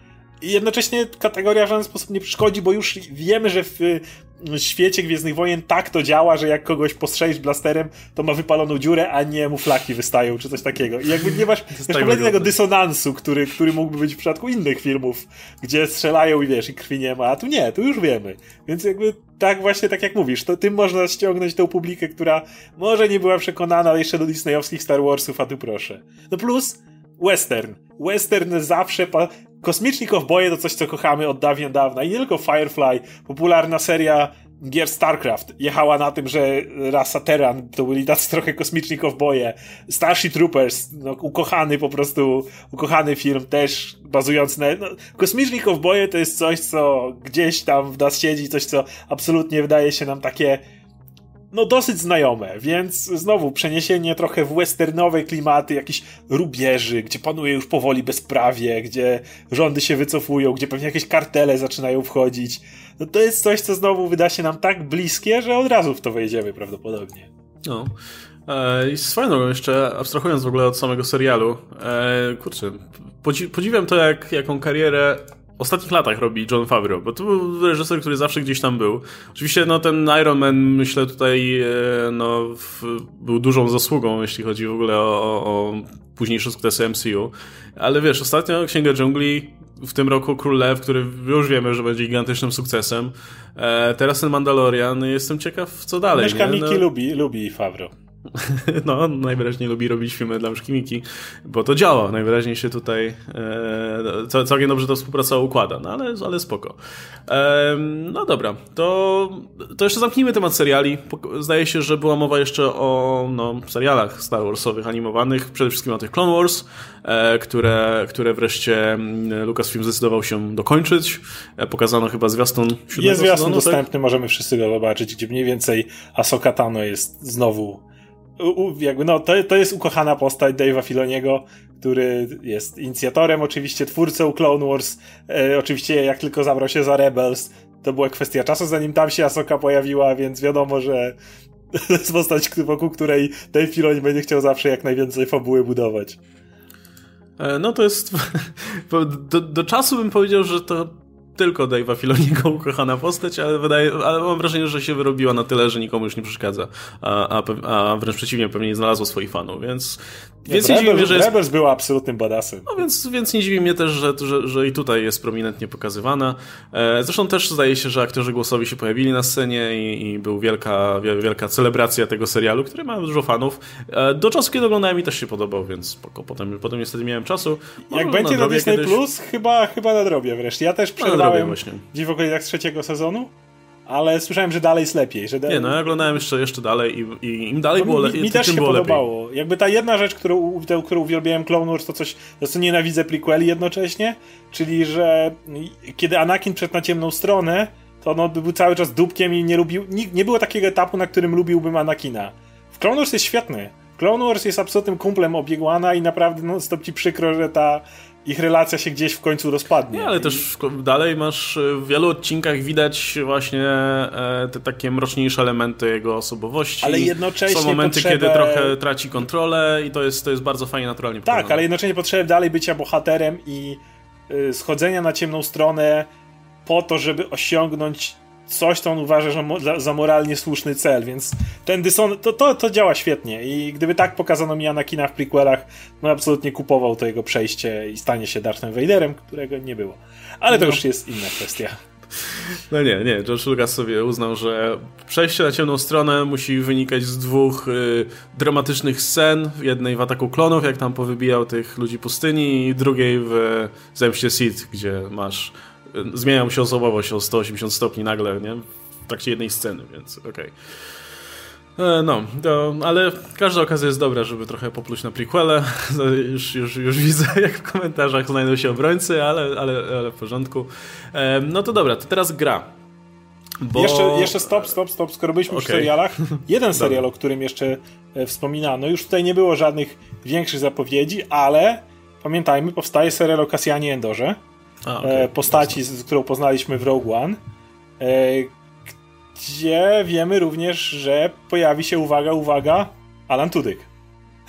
I jednocześnie kategoria w żaden sposób nie przeszkodzi, bo już wiemy, że w świecie Gwiezdnych Wojen tak to działa, że jak kogoś postrzelisz blasterem, to ma wypaloną dziurę, a nie mu flaki wystają, czy coś takiego. I jakby nie masz kompletnie tego dysonansu, który mógłby być w przypadku innych filmów, gdzie strzelają i wiesz, i krwi nie ma, a tu nie, tu już wiemy. Więc jakby tak właśnie, tak jak mówisz, to tym można ściągnąć tą publikę, która może nie była przekonana, ale jeszcze do disneyowskich Star Warsów, a tu proszę. No plus western. Western zawsze... Kosmiczni kowboje to coś, co kochamy od dawna. I nie tylko Firefly, popularna seria gier StarCraft jechała na tym, że rasa Terran to byli tacy trochę kosmiczni kowboje. Starship Troopers, no, ukochany film też bazujący na... No, kosmiczni kowboje to jest coś, co gdzieś tam w nas siedzi, coś, co absolutnie wydaje się nam takie no dosyć znajome, więc znowu przeniesienie trochę w westernowe klimaty, jakichś rubieży, gdzie panuje już powoli bezprawie, gdzie rządy się wycofują, gdzie pewnie jakieś kartele zaczynają wchodzić. No to jest coś, co znowu wyda się nam tak bliskie, że od razu w to wejdziemy prawdopodobnie. No. I swoją drogą jeszcze, abstrahując w ogóle od samego serialu, kurczę, podziwiam to, jaką karierę w ostatnich latach robi Jon Favreau, bo to był reżyser, który zawsze gdzieś tam był. Oczywiście no, ten Iron Man, myślę tutaj był dużą zasługą, jeśli chodzi w ogóle o późniejsze sukcesy MCU, ale wiesz, ostatnio Księga Dżungli, w tym roku Król Lew, który już wiemy, że będzie gigantycznym sukcesem, teraz ten Mandalorian, jestem ciekaw, co dalej. Myszka Miki lubi Favreau. No, najwyraźniej lubi robić filmy dla myszki Miki, bo to działa. Najwyraźniej się tutaj całkiem dobrze ta współpraca układa, no ale spoko. No dobra, to jeszcze zamknijmy temat seriali. Zdaje się, że była mowa jeszcze o serialach Star Warsowych animowanych, przede wszystkim o tych Clone Wars, które wreszcie Lucasfilm zdecydował się dokończyć. Pokazano chyba zwiastun 7. sezonu. Jest zwiastun dostępny, możemy wszyscy go zobaczyć, gdzie mniej więcej Ahsoka Tano jest znowu to jest ukochana postać Dave'a Filoniego, który jest inicjatorem, oczywiście twórcą Clone Wars, oczywiście jak tylko zabrał się za Rebels, to była kwestia czasu, zanim tam się Ahsoka pojawiła, więc wiadomo, że to jest postać, wokół której Dave Filoni będzie chciał zawsze jak najwięcej fabuły budować. No to jest do czasu bym powiedział, że to tylko Dave'a Filoniego ukochana postać, ale mam wrażenie, że się wyrobiła na tyle, że nikomu już nie przeszkadza, a wręcz przeciwnie, pewnie nie znalazło swoich fanów, więc nie dziwi mnie, że Rebels była absolutnym badassem. No więc nie dziwi mnie też, że i tutaj jest prominentnie pokazywana. Zresztą też zdaje się, że aktorzy głosowi się pojawili na scenie i był wielka celebracja tego serialu, który ma dużo fanów. Do czasu, kiedy oglądałem, mi też się podobał, więc spoko. Potem niestety miałem czasu. Jak będzie na Disney Plus, chyba nadrobię wreszcie. Ja też przerwałem gdzieś w okolicach 3. sezonu, ale słyszałem, że dalej jest lepiej. Nie, ja oglądałem jeszcze dalej i im dalej było lepiej. Mi też się podobało. Lepiej. Jakby ta jedna rzecz, którą uwielbiałem Clone Wars, to coś, za co nienawidzę prequeli jednocześnie, czyli, że kiedy Anakin wszedł na ciemną stronę, to on był cały czas dupkiem i nie było takiego etapu, na którym lubiłbym Anakina. W Clone Wars jest świetny. Clone Wars jest absolutnym kumplem Obi-Wana i naprawdę non-stop ci przykro, że ta ich relacja się gdzieś w końcu rozpadnie. Nie, ale też dalej masz w wielu odcinkach widać właśnie te takie mroczniejsze elementy jego osobowości. Ale jednocześnie są momenty, kiedy trochę traci kontrolę i to jest bardzo fajnie, naturalnie pokazane. Tak, ale jednocześnie potrzebę dalej bycia bohaterem i schodzenia na ciemną stronę po to, żeby osiągnąć coś, co on uważa, że za moralnie słuszny cel, więc ten to działa świetnie i gdyby tak pokazano mi Anakina w prequelach, no absolutnie kupował to jego przejście i stanie się Darthem Vaderem, którego nie było. Ale to już jest inna kwestia. No nie. George Lucas sobie uznał, że przejście na ciemną stronę musi wynikać z 2 dramatycznych scen. Jednej w Ataku Klonów, jak tam powybijał tych ludzi pustyni, i drugiej w Zemście Sith, gdzie zmieniają się osobowość o 180 stopni nagle, nie? W trakcie jednej sceny, więc okej. Ale każda okazja jest dobra, żeby trochę popluć na prequele. Już widzę, jak w komentarzach znajdą się obrońcy, ale w porządku. No to dobra, to teraz gra. Jeszcze stop, skoro byliśmy przy serialach. Jeden serial, o którym jeszcze wspominano. Już tutaj nie było żadnych większych zapowiedzi, ale pamiętajmy, powstaje serial o Cassianie Endorze. Postaci, którą poznaliśmy w Rogue One, gdzie wiemy również, że pojawi się, uwaga, Alan Tudyk.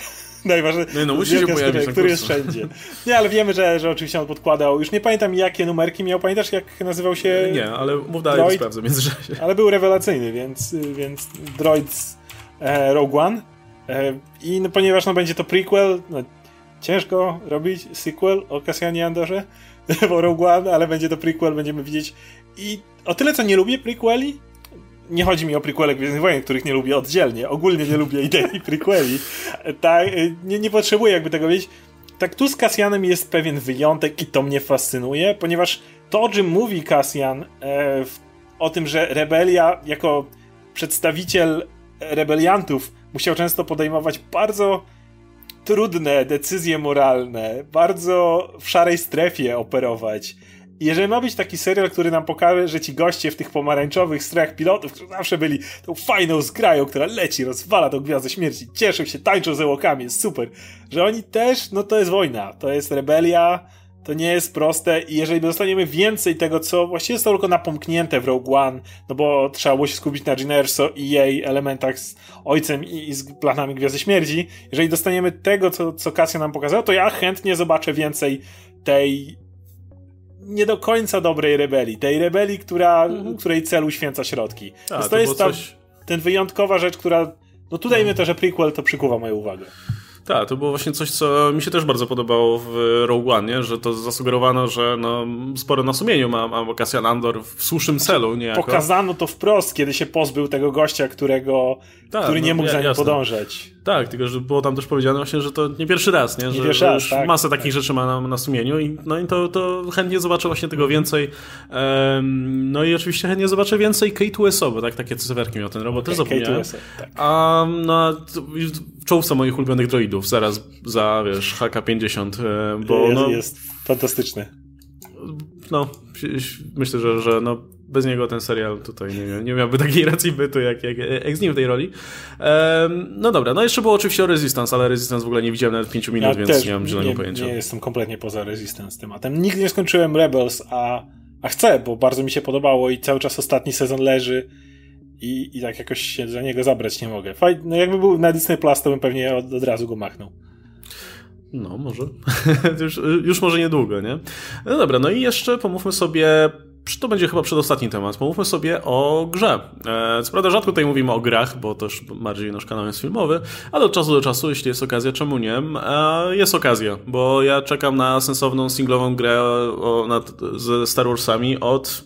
Najważniejsze. No musi się pojawić, który jest wszędzie. Nie, ale wiemy, że oczywiście on podkładał. Już nie pamiętam, jakie numerki miał. Pamiętasz, jak nazywał się? Nie, ale mów dalej, to sprawdzę w międzyczasie. Ale był rewelacyjny, więc Droids Rogue One. I no, ponieważ będzie to prequel, no, ciężko robić sequel o Cassianie Andorze, bo Rogue One, ale będzie to prequel, będziemy widzieć. I o tyle, co nie lubię prequeli, nie chodzi mi o prequele Gwiezdnych Wojen, których nie lubię oddzielnie, ogólnie nie lubię idei prequeli, tak, nie potrzebuję jakby tego wiedzieć. Tak, tu z Cassianem jest pewien wyjątek i to mnie fascynuje, ponieważ to, o czym mówi Cassian, o tym, że rebelia jako przedstawiciel rebeliantów musiał często podejmować bardzo trudne decyzje moralne, bardzo w szarej strefie operować. I jeżeli ma być taki serial, który nam pokaże, że ci goście w tych pomarańczowych strojach pilotów, którzy zawsze byli tą fajną zgrają, która leci, rozwala tą Gwiazdę Śmierci, cieszą się, tańczą z Ewokami, jest super, że oni też, no to jest wojna, to jest rebelia, to nie jest proste i jeżeli dostaniemy więcej tego, co właściwie zostało tylko napomknięte w Rogue One, no bo trzeba było się skupić na Jyn Erso i jej elementach z ojcem i z planami Gwiazdy Śmierci, jeżeli dostaniemy tego, co Cassian nam pokazał, to ja chętnie zobaczę więcej tej nie do końca dobrej rebelii. Tej rebelii, której cel uświęca środki. Więc to jest ten wyjątkowa rzecz, która no tutaj mnie to, że prequel to przykuwa moją uwagę. Tak, to było właśnie coś, co mi się też bardzo podobało w Rogue One, nie? Że to zasugerowano, że no, sporo na sumieniu ma Cassian Andor w słusznym celu niejako. Pokazano to wprost, kiedy się pozbył tego gościa, który nie mógł za nim podążać. Tak, tylko że było tam też powiedziane właśnie, że to nie pierwszy raz, nie? Że już tak, masę takich rzeczy ma na sumieniu i to chętnie zobaczę właśnie tego więcej. No i oczywiście chętnie zobaczę więcej K2SO, bo takie cyferki miał ten robot, też zapomniałem. Tak. W czołówce moich ulubionych droidów, zaraz za, HK-50, bo jest fantastyczny. No, myślę, że no, bez niego ten serial tutaj nie miałby takiej racji bytu jak z nim w tej roli. No dobra, no jeszcze było oczywiście o Resistance, ale Resistance w ogóle nie widziałem nawet 5 minut, więc nie mam zielonego pojęcia. Nie jestem kompletnie poza Resistance tematem. Nigdy nie skończyłem Rebels, a chcę, bo bardzo mi się podobało i cały czas ostatni sezon leży i tak jakoś się za niego zabrać nie mogę. No jakby był na Disney Plus, to bym pewnie od razu go machnął. No, może. już może niedługo, nie? No dobra, no i jeszcze pomówmy sobie, to będzie chyba przedostatni temat, pomówmy sobie o grze. Co prawda rzadko tutaj mówimy o grach, bo też bardziej nasz kanał jest filmowy, ale od czasu do czasu, jeśli jest okazja, czemu nie? Jest okazja, bo ja czekam na sensowną singlową grę ze Star Warsami od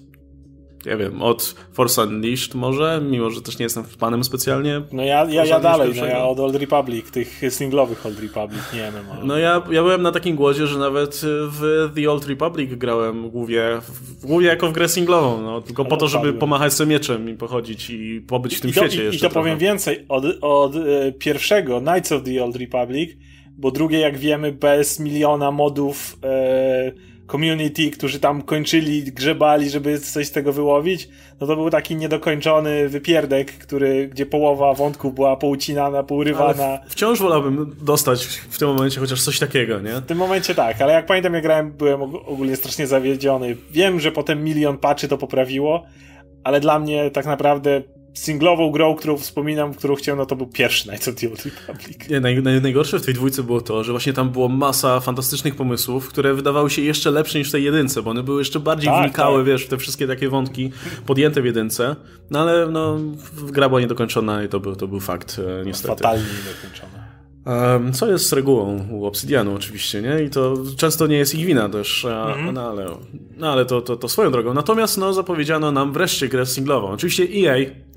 Force Unleashed może, mimo że też nie jestem fanem specjalnie. No ja dalej, ja od Old Republic, tych singlowych Old Republic, nie wiem. No ja byłem na takim głodzie, że nawet w The Old Republic grałem głównie jako w grę singlową, no, tylko po to, żeby pomachać sobie mieczem i pochodzić i pobyć w tym świecie jeszcze. I to powiem więcej, od pierwszego Knights of the Old Republic, bo drugie, jak wiemy, bez miliona modów community, którzy tam kończyli, grzebali, żeby coś z tego wyłowić, no to był taki niedokończony wypierdek, gdzie połowa wątków była poucinana, pourywana. Ale wciąż wolałbym dostać w tym momencie chociaż coś takiego, nie? W tym momencie tak, ale jak pamiętam, jak grałem, byłem ogólnie strasznie zawiedziony. Wiem, że potem milion patchy to poprawiło, ale dla mnie tak naprawdę singlową grą, którą wspominam, którą chciałem, no to był pierwszy Knights of the Old Republic. Nie, najgorsze w tej dwójce było to, że właśnie tam było masa fantastycznych pomysłów, które wydawały się jeszcze lepsze niż w tej jedynce, bo one były jeszcze bardziej wnikały, wiesz, w te wszystkie takie wątki podjęte w jedynce, no ale gra była niedokończona i to był fakt, niestety. Fatalnie niedokończona. Co jest z regułą u Obsidianu oczywiście, nie? I to często nie jest ich wina też, ale to swoją drogą. Natomiast zapowiedziano nam wreszcie grę singlową. Oczywiście EA,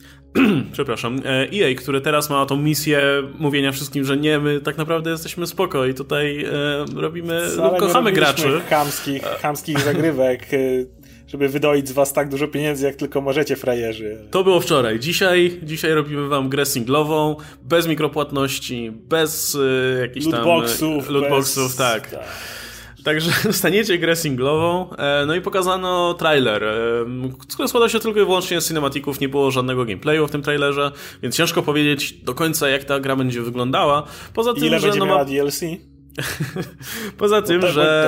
EA, które teraz ma tą misję mówienia wszystkim, że nie, my tak naprawdę jesteśmy spoko i tutaj kochamy graczy. Chamskich zagrywek, żeby wydoić z was tak dużo pieniędzy, jak tylko możecie, frajerzy. To było wczoraj. Dzisiaj robimy wam grę singlową, bez mikropłatności, bez jakichś lootboxów, tak. Także dostaniecie grę singlową, no i pokazano trailer, który składał się tylko i wyłącznie z cinematików, nie było żadnego gameplayu w tym trailerze, więc ciężko powiedzieć do końca, jak ta gra będzie wyglądała. Poza tym, ile że będzie miała DLC? Poza tym,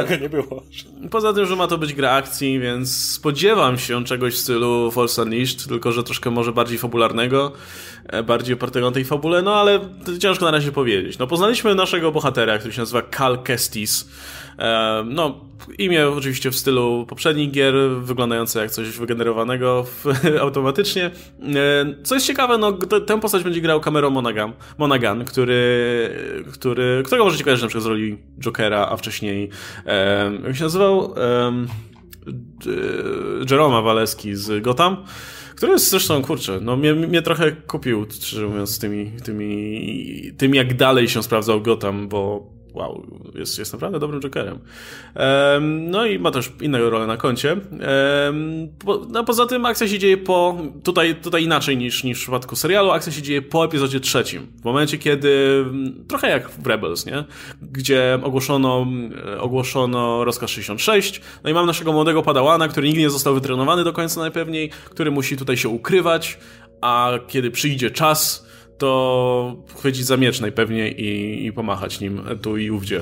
że ma to być gra akcji, więc spodziewam się czegoś w stylu Force Unleashed, tylko że troszkę może bardziej fabularnego. bardziej opartego na tej fabule, no ale ciężko na razie powiedzieć. No poznaliśmy naszego bohatera, który się nazywa Cal Kestis. No, imię oczywiście w stylu poprzednich gier, wyglądające jak coś wygenerowanego automatycznie. Co jest ciekawe, no tę postać będzie grał Cameron Monaghan, którego możecie kojarzyć na przykład z roli Jokera, a wcześniej jak się nazywał? Jeroma Valeski z Gotham, który jest zresztą, kurczę, no mnie trochę kupił, szczerze mówiąc, tym jak dalej się sprawdzał Gotham, bo wow, jest naprawdę dobrym Jokerem. No i ma też inne role na koncie. No poza tym akcja się dzieje tutaj inaczej niż w przypadku serialu, akcja się dzieje po epizodzie 3. W momencie, kiedy, trochę jak w Rebels, nie? Gdzie ogłoszono rozkaz 66, no i mam naszego młodego padawana, który nigdy nie został wytrenowany do końca najpewniej, który musi tutaj się ukrywać, a kiedy przyjdzie czas, to chwycić za miecz najpewniej i pomachać nim tu i ówdzie.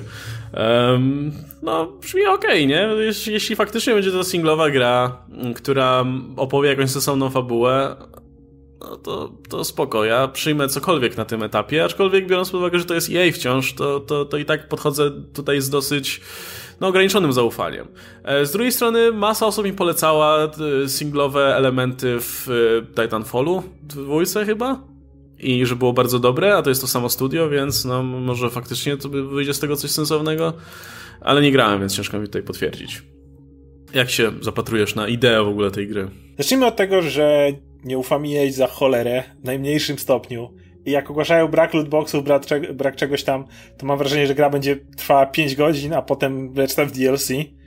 No, brzmi okej, nie? Jeśli faktycznie będzie to singlowa gra, która opowie jakąś sensowną fabułę, no to spoko. Ja przyjmę cokolwiek na tym etapie, aczkolwiek biorąc pod uwagę, że to jest EA wciąż, to i tak podchodzę tutaj z dosyć ograniczonym zaufaniem. Z drugiej strony masa osób mi polecała singlowe elementy w Titanfallu 2 chyba? I że było bardzo dobre, a to jest to samo studio, więc no może faktycznie to wyjdzie z tego coś sensownego, ale nie grałem, więc ciężko mi tutaj potwierdzić. Jak się zapatrujesz na ideę w ogóle tej gry? Zacznijmy od tego, że nie ufam EA za cholerę w najmniejszym stopniu. I jak ogłaszają brak lootboxów, brak czegoś tam, to mam wrażenie, że gra będzie trwała 5 godzin, a potem leci tam w DLC.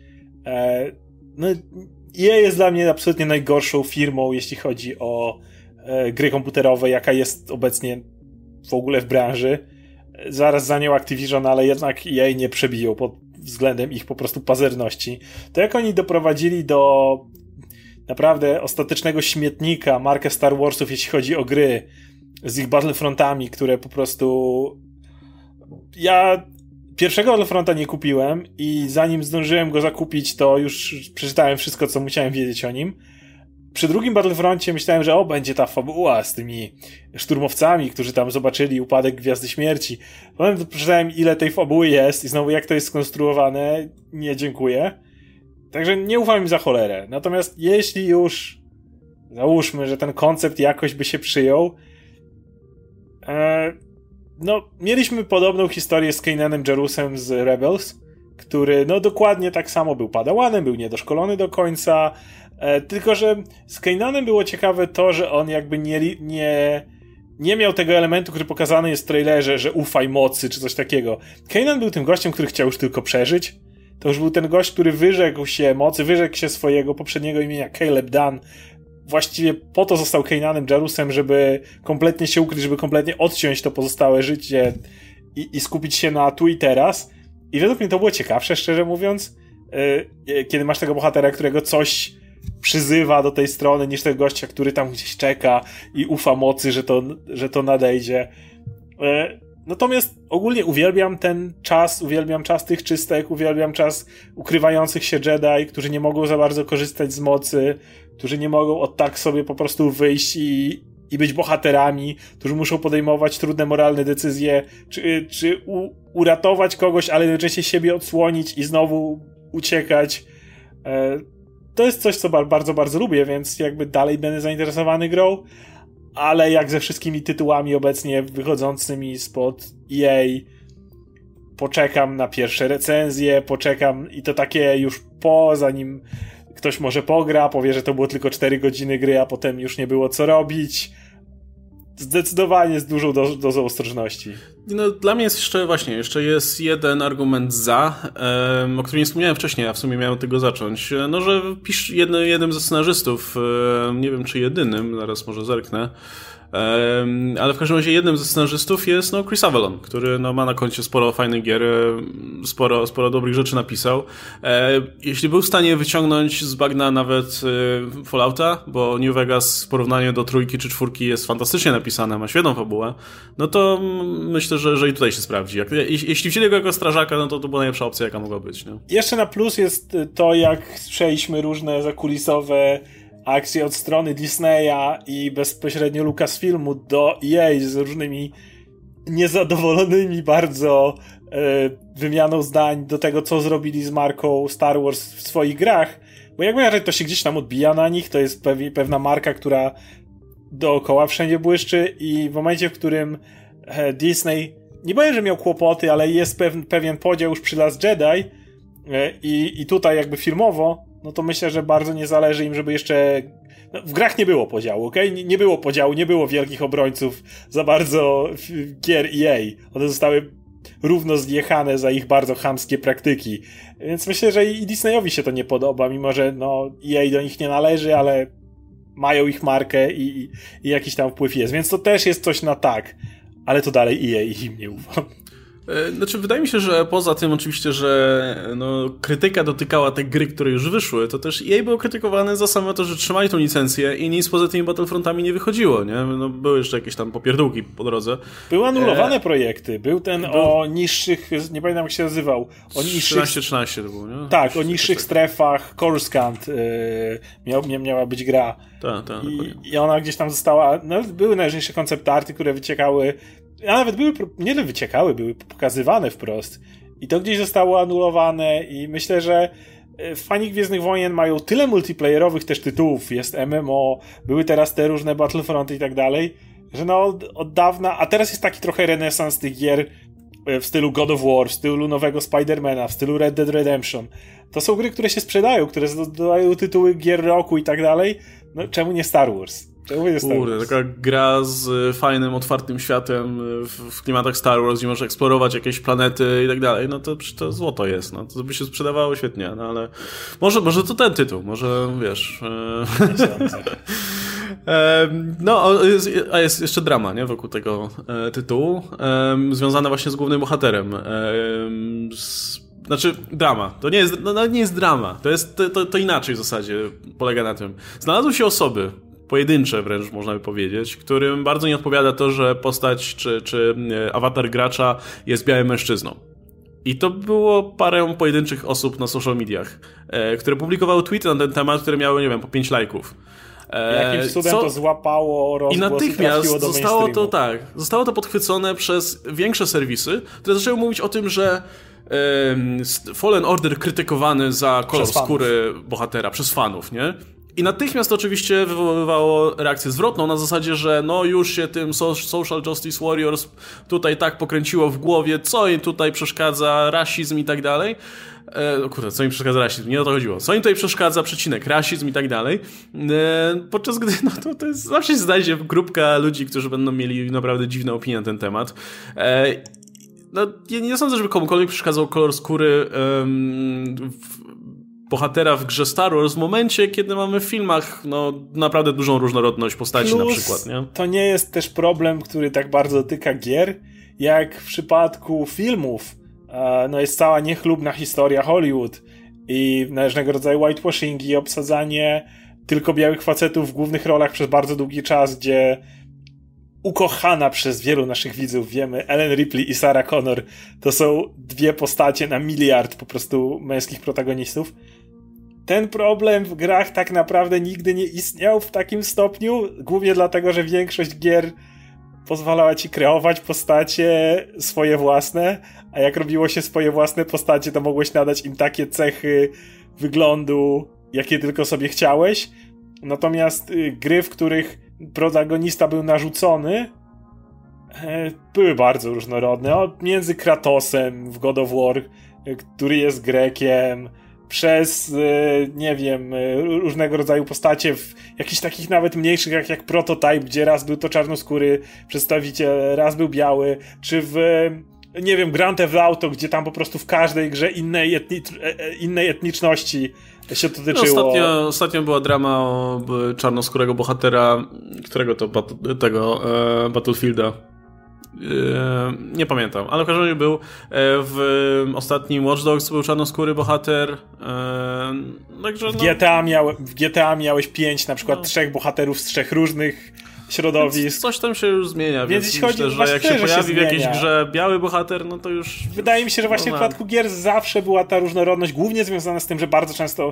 No, EA jest dla mnie absolutnie najgorszą firmą, jeśli chodzi o gry komputerowe, jaka jest obecnie w ogóle w branży. Zaraz za nią Activision, ale jednak EA nie przebiją pod względem ich po prostu pazerności. To jak oni doprowadzili do naprawdę ostatecznego śmietnika markę Star Warsów, jeśli chodzi o gry, z ich Battlefrontami, które po prostu... Ja pierwszego Battlefronta nie kupiłem i zanim zdążyłem go zakupić, to już przeczytałem wszystko, co musiałem wiedzieć o nim. Przy drugim Battlefroncie myślałem, że będzie ta fabuła z tymi szturmowcami, którzy tam zobaczyli upadek Gwiazdy Śmierci. Potem przeczytałem, ile tej fabuły jest i znowu jak to jest skonstruowane. Nie, dziękuję. Także nie ufam im za cholerę. Natomiast jeśli już załóżmy, że ten koncept jakoś by się przyjął, no mieliśmy podobną historię z Kainanem Jarrusem z Rebels, który no dokładnie tak samo był padawanem, był niedoszkolony do końca. Tylko że z Kainanem było ciekawe to, że on jakby nie miał tego elementu, który pokazany jest w trailerze, że ufaj mocy, czy coś takiego. Kainan był tym gościem, który chciał już tylko przeżyć. To już był ten gość, który wyrzekł się mocy, wyrzekł się swojego poprzedniego imienia Caleb Dunn. Właściwie po to został Kainanem Jarrusem, żeby kompletnie się ukryć, żeby kompletnie odciąć to pozostałe życie i skupić się na tu i teraz. I według mnie to było ciekawsze, szczerze mówiąc, kiedy masz tego bohatera, którego coś przyzywa do tej strony, niż tego gościa, który tam gdzieś czeka i ufa mocy, że to nadejdzie. Natomiast ogólnie uwielbiam ten czas, uwielbiam czas tych czystek, uwielbiam czas ukrywających się Jedi, którzy nie mogą za bardzo korzystać z mocy, którzy nie mogą od tak sobie po prostu wyjść i być bohaterami, którzy muszą podejmować trudne moralne decyzje, czy uratować kogoś, ale jednocześnie siebie odsłonić i znowu uciekać. To jest coś, co bardzo, bardzo lubię, więc jakby dalej będę zainteresowany grą, ale jak ze wszystkimi tytułami obecnie wychodzącymi spod EA, poczekam na pierwsze recenzje, poczekam i to takie już zanim ktoś może pogra, powie, że to było tylko 4 godziny gry, a potem już nie było co robić. Zdecydowanie z dużą dozą ostrożności. No, dla mnie jest jeszcze jest jeden argument za, o którym nie wspomniałem wcześniej, a w sumie miałem od tego zacząć. No, że jednym ze scenarzystów, nie wiem czy jedynym, zaraz może zerknę, ale w każdym razie jednym ze scenarzystów jest Chris Avellone, który ma na koncie sporo fajnych gier, sporo dobrych rzeczy napisał. Jeśli był w stanie wyciągnąć z bagna nawet Fallouta, bo New Vegas w porównaniu do 3 czy 4 jest fantastycznie napisane, ma świetną fabułę, no to myślę, że i tutaj się sprawdzi. Jeśli wzięli go jako strażaka, no to była najlepsza opcja, jaka mogła być. Nie? Jeszcze na plus jest to, jak słyszeliśmy różne zakulisowe akcje od strony Disneya i bezpośrednio Lucasfilmu do EA z różnymi niezadowolonymi bardzo wymianą zdań do tego, co zrobili z marką Star Wars w swoich grach, bo jak mówię, to się gdzieś tam odbija na nich, to jest pewna marka, która dookoła wszędzie błyszczy i w momencie, w którym Disney, nie powiem, że miał kłopoty, ale jest pewien podział już przy Last Jedi i tutaj jakby filmowo, no to myślę, że bardzo nie zależy im, żeby jeszcze... No, w grach nie było podziału, okej? Nie było podziału, nie było wielkich obrońców za bardzo gier EA. One zostały równo zjechane za ich bardzo chamskie praktyki. Więc myślę, że i Disneyowi się to nie podoba, mimo że no EA do nich nie należy, ale mają ich markę i jakiś tam wpływ jest. Więc to też jest coś na tak. Ale to dalej EA im nie ufam. Znaczy, wydaje mi się, że poza tym oczywiście, że no, krytyka dotykała tych gry, które już wyszły, to też EA było krytykowane za samo to, że trzymali tą licencję i nic poza tymi Battlefrontami nie wychodziło, nie? No, były jeszcze jakieś tam popierdółki po drodze. Były anulowane projekty. Był ten o niższych, nie pamiętam jak się nazywał. O niższych... 13 to było, nie? Tak, o niższych strefach Coruscant miała być gra. Tak, I ona gdzieś tam została... No, były najważniejsze koncept arty, które wyciekały, a nawet były pokazywane wprost. I to gdzieś zostało anulowane i myślę, że fani Gwiezdnych Wojen mają tyle multiplayerowych też tytułów, jest MMO, były teraz te różne Battlefronty i tak dalej, że no od dawna, a teraz jest taki trochę renesans tych gier w stylu God of War, w stylu nowego Spidermana, w stylu Red Dead Redemption. To są gry, które się sprzedają, które dodają tytuły gier roku i tak dalej. No czemu nie Star Wars? Kurde, taka gra z fajnym, otwartym światem w klimatach Star Wars, gdzie możesz eksplorować jakieś planety i tak dalej, no to złoto jest, no to by się sprzedawało świetnie, no ale może to ten tytuł, może wiesz... A jest jeszcze drama, nie, wokół tego tytułu, związana właśnie z głównym bohaterem. Znaczy, drama. To nie jest drama. To inaczej w zasadzie polega na tym. Znalazły się osoby, pojedyncze wręcz można by powiedzieć, którym bardzo nie odpowiada to, że postać czy awatar gracza jest białym mężczyzną. I to było parę pojedynczych osób na social mediach, które publikowały tweety na ten temat, które miały, nie wiem, po 5 lajków. Jakimś cudem to złapało rozgłos i natychmiast do zostało to podchwycone przez większe serwisy, które zaczęły mówić o tym, że Fallen Order krytykowany za kolor skóry bohatera przez fanów, nie? I natychmiast to oczywiście wywoływało reakcję zwrotną na zasadzie, że no już się tym Social Justice Warriors tutaj tak pokręciło w głowie, co im tutaj przeszkadza, rasizm i tak dalej. Kurde, co im przeszkadza rasizm? Nie o to chodziło. Co im tutaj przeszkadza, rasizm i tak dalej. Podczas gdy, no to jest, zawsze się znajdzie grupka ludzi, którzy będą mieli naprawdę dziwne opinie na ten temat. No, ja nie sądzę, żeby komukolwiek przeszkadzał kolor skóry bohatera w grze Star Wars w momencie, kiedy mamy w filmach no, naprawdę dużą różnorodność postaci na przykład, nie? To nie jest też problem, który tak bardzo dotyka gier, jak w przypadku filmów. No jest cała niechlubna historia Hollywood i różnego rodzaju whitewashing i obsadzanie tylko białych facetów w głównych rolach przez bardzo długi czas, gdzie ukochana przez wielu naszych widzów, wiemy, Ellen Ripley i Sarah Connor to są dwie postacie na miliard po prostu męskich protagonistów. Ten problem w grach tak naprawdę nigdy nie istniał w takim stopniu, głównie dlatego, że większość gier pozwalała ci kreować postacie swoje własne, a jak robiło się swoje własne postacie, to mogłeś nadać im takie cechy wyglądu, jakie tylko sobie chciałeś. Natomiast gry, w których protagonista był narzucony, były bardzo różnorodne. Między Kratosem w God of War, który jest Grekiem, przez, nie wiem, różnego rodzaju postacie w jakichś takich nawet mniejszych, jak Prototype, gdzie raz był to czarnoskóry przedstawiciel, raz był biały, czy w, nie wiem, Grand Theft Auto, gdzie tam po prostu w każdej grze innej etniczności się to tyczyło. No, ostatnio była drama o czarnoskórego bohatera, którego to Battlefielda. Nie pamiętam, ale w każdym razie był w ostatnim Watch Dogs był czarnoskóry bohater. Także, w GTA miałeś 5 na przykład 3 bohaterów z 3 różnych środowisk. Coś tam się już zmienia, więc myślę, że jak się pojawi w jakiejś grze biały bohater, no to już... Wydaje mi się, że właśnie w przypadku gier zawsze była ta różnorodność, głównie związana z tym, że bardzo często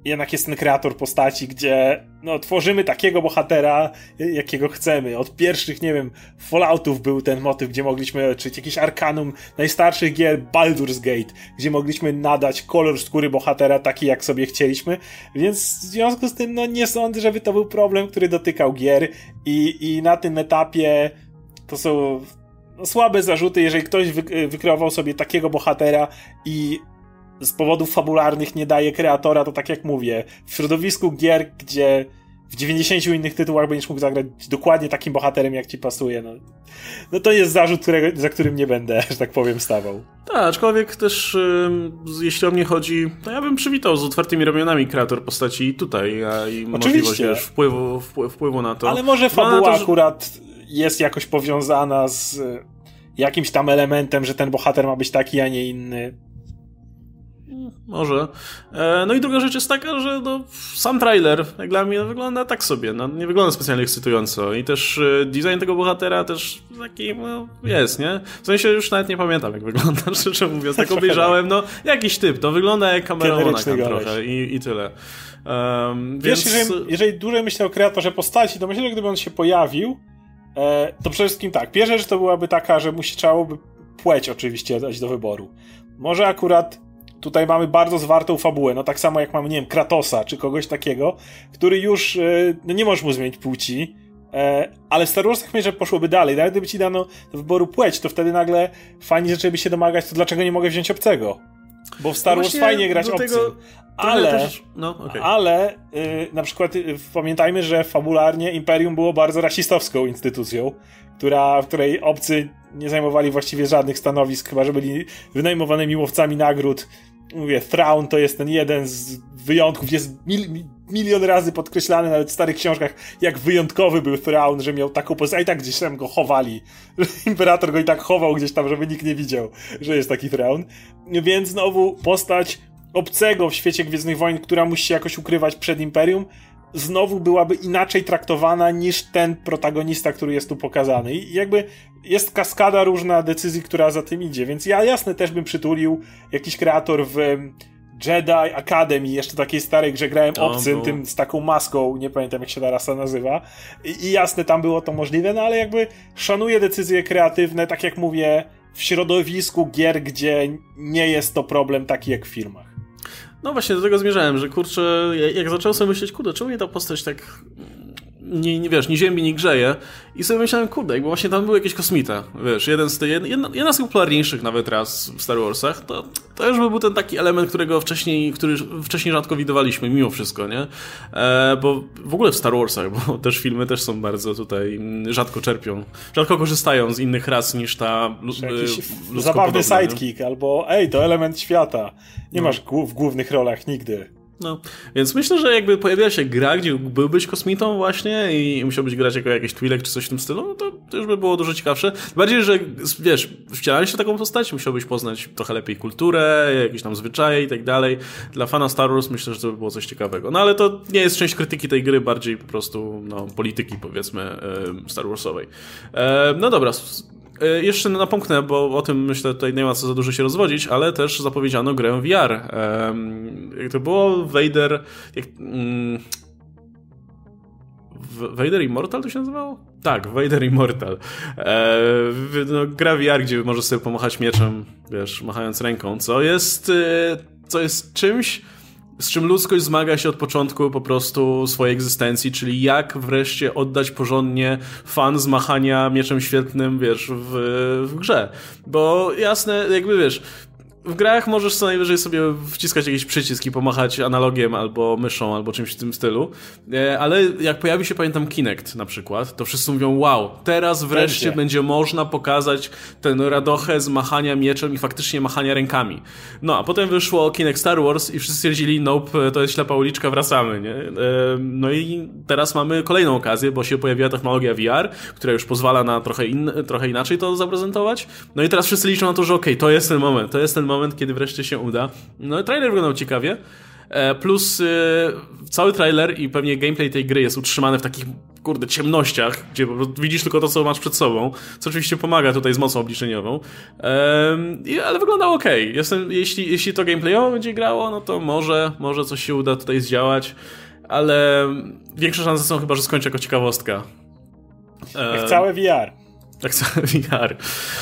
jednak jest ten kreator postaci, gdzie no tworzymy takiego bohatera, jakiego chcemy. Od pierwszych, nie wiem, Falloutów był ten motyw, gdzie mogliśmy, czy jakiś Arcanum najstarszych gier, Baldur's Gate, gdzie mogliśmy nadać kolor skóry bohatera taki, jak sobie chcieliśmy, więc w związku z tym, no nie sądzę, żeby to był problem, który dotykał gier i na tym etapie to są słabe zarzuty, jeżeli ktoś wykreował sobie takiego bohatera i z powodów fabularnych nie daje kreatora, to tak jak mówię, w środowisku gier, gdzie w 90 innych tytułach będziesz mógł zagrać dokładnie takim bohaterem, jak ci pasuje, no to jest zarzut, za którym nie będę, że tak powiem, stawał. Tak, aczkolwiek też jeśli o mnie chodzi, to ja bym przywitał z otwartymi ramionami kreator postaci tutaj i możliwość wiesz, wpływu na to. Ale może fabuła akurat jest jakoś powiązana z jakimś tam elementem, że ten bohater ma być taki, a nie inny. Może. No i druga rzecz jest taka, że sam trailer jak dla mnie wygląda tak sobie, nie wygląda specjalnie ekscytująco i też design tego bohatera też taki jest, nie? W sensie już nawet nie pamiętam jak wygląda, szczerze mówiąc, tak obejrzałem, jakiś typ, to wygląda jak Cameron Monaghan trochę i tyle. Wiesz, jeżeli dłużej myślę o kreatorze postaci, to myślę, że gdyby on się pojawił, to przede wszystkim tak, pierwsza rzecz to byłaby taka, że trzeba płeć oczywiście dać do wyboru. Może akurat tutaj mamy bardzo zwartą fabułę, tak samo jak mamy, nie wiem, Kratosa, czy kogoś takiego, który już, nie możesz mu zmienić płci, ale w Star Warsach myślę, że poszłoby dalej. Nawet gdyby ci dano do wyboru płeć, to wtedy nagle fajnie zaczęliby się domagać, to dlaczego nie mogę wziąć obcego? Bo w Star Wars fajnie grać obcym. Ale na przykład pamiętajmy, że fabularnie Imperium było bardzo rasistowską instytucją, w której obcy nie zajmowali właściwie żadnych stanowisk, chyba że byli wynajmowanymi łowcami nagród. Mówię, Thrawn to jest ten jeden z wyjątków, jest milion razy podkreślany nawet w starych książkach, jak wyjątkowy był Thrawn, że miał taką postać, a i tak gdzieś tam go chowali. Imperator go i tak chował gdzieś tam, żeby nikt nie widział, że jest taki Thrawn. Więc znowu postać obcego w świecie Gwiezdnych Wojen, która musi się jakoś ukrywać przed Imperium, znowu byłaby inaczej traktowana niż ten protagonista, który jest tu pokazany. I jakby jest kaskada różna decyzji, która za tym idzie, więc ja jasne też bym przytulił jakiś kreator w Jedi Academy, jeszcze takiej starej grze grałem obcym, tym z taką maską, nie pamiętam jak się ta rasa nazywa. I jasne, tam było to możliwe, ale jakby szanuję decyzje kreatywne, tak jak mówię, w środowisku gier, gdzie nie jest to problem taki jak w filmach. No właśnie, do tego zmierzałem, że kurczę, jak zacząłem sobie myśleć, czemu mnie ta postać tak nie ziemi, nie grzeje i sobie myślałem, bo właśnie tam był jakiś kosmita, wiesz, jedna z popularniejszych nawet raz w Star Warsach, to już był ten taki element, który wcześniej rzadko widywaliśmy, mimo wszystko, nie? Bo w ogóle w Star Warsach, bo też filmy też są bardzo tutaj, rzadko korzystają z innych ras niż ta zabawny sidekick, albo to element świata. Nie masz w głównych rolach nigdy. Więc myślę, że jakby pojawiła się gra, gdzie byłbyś kosmitą właśnie i musiałbyś grać jako jakiś Twi'lek czy coś w tym stylu, to już by było dużo ciekawsze. Bardziej, że wiesz, wcielając się w taką postać, musiałbyś poznać trochę lepiej kulturę, jakieś tam zwyczaje i tak dalej. Dla fana Star Wars myślę, że to by było coś ciekawego. Ale to nie jest część krytyki tej gry, bardziej po prostu polityki, powiedzmy, Star Warsowej. Dobra. Jeszcze napomknę, bo o tym myślę tutaj nie ma co za dużo się rozwodzić, ale też zapowiedziano grę VR. Jak to było? Vader Immortal to się nazywało? Tak, Vader Immortal. Gra VR, gdzie możesz sobie pomachać mieczem, wiesz, machając ręką, co jest czymś, z czym ludzkość zmaga się od początku po prostu swojej egzystencji, czyli jak wreszcie oddać porządnie fan z machania mieczem świetlnym, wiesz, w grze. Bo jasne, jakby wiesz, w grach możesz co najwyżej sobie wciskać jakiś przycisk i pomachać analogiem albo myszą, albo czymś w tym stylu, ale jak pojawi się, pamiętam, Kinect na przykład, to wszyscy mówią, wow, teraz wreszcie będzie można pokazać ten radochę z machania mieczem i faktycznie machania rękami. A potem wyszło Kinect Star Wars i wszyscy stwierdzili, nope, to jest ślepa uliczka, wracamy, nie? I teraz mamy kolejną okazję, bo się pojawiła technologia VR, która już pozwala na trochę inaczej to zaprezentować. I teraz wszyscy liczą na to, że okej, to jest ten moment, kiedy wreszcie się uda. Trailer wyglądał ciekawie. Plus cały trailer i pewnie gameplay tej gry jest utrzymany w takich ciemnościach, gdzie po prostu widzisz tylko to, co masz przed sobą, co oczywiście pomaga tutaj z mocą obliczeniową, ale wyglądało okej. Jeśli to gameplayowo będzie grało, no to może coś się uda tutaj zdziałać, ale większe szanse są chyba, że skończę jako ciekawostka. Jak całe VR. Tak całe VR.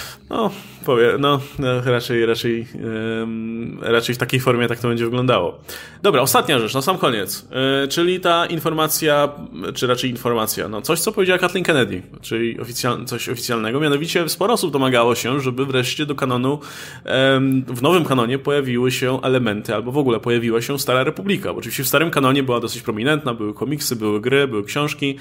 Raczej w takiej formie tak to będzie wyglądało. Dobra, ostatnia rzecz, na sam koniec. Czyli ta informacja, czy raczej informacja, coś, co powiedziała Kathleen Kennedy, czyli coś oficjalnego. Mianowicie sporo osób domagało się, żeby wreszcie do kanonu, w nowym kanonie pojawiły się elementy, albo w ogóle pojawiła się Stara Republika. Bo oczywiście w starym kanonie była dosyć prominentna, były komiksy, były gry, były książki.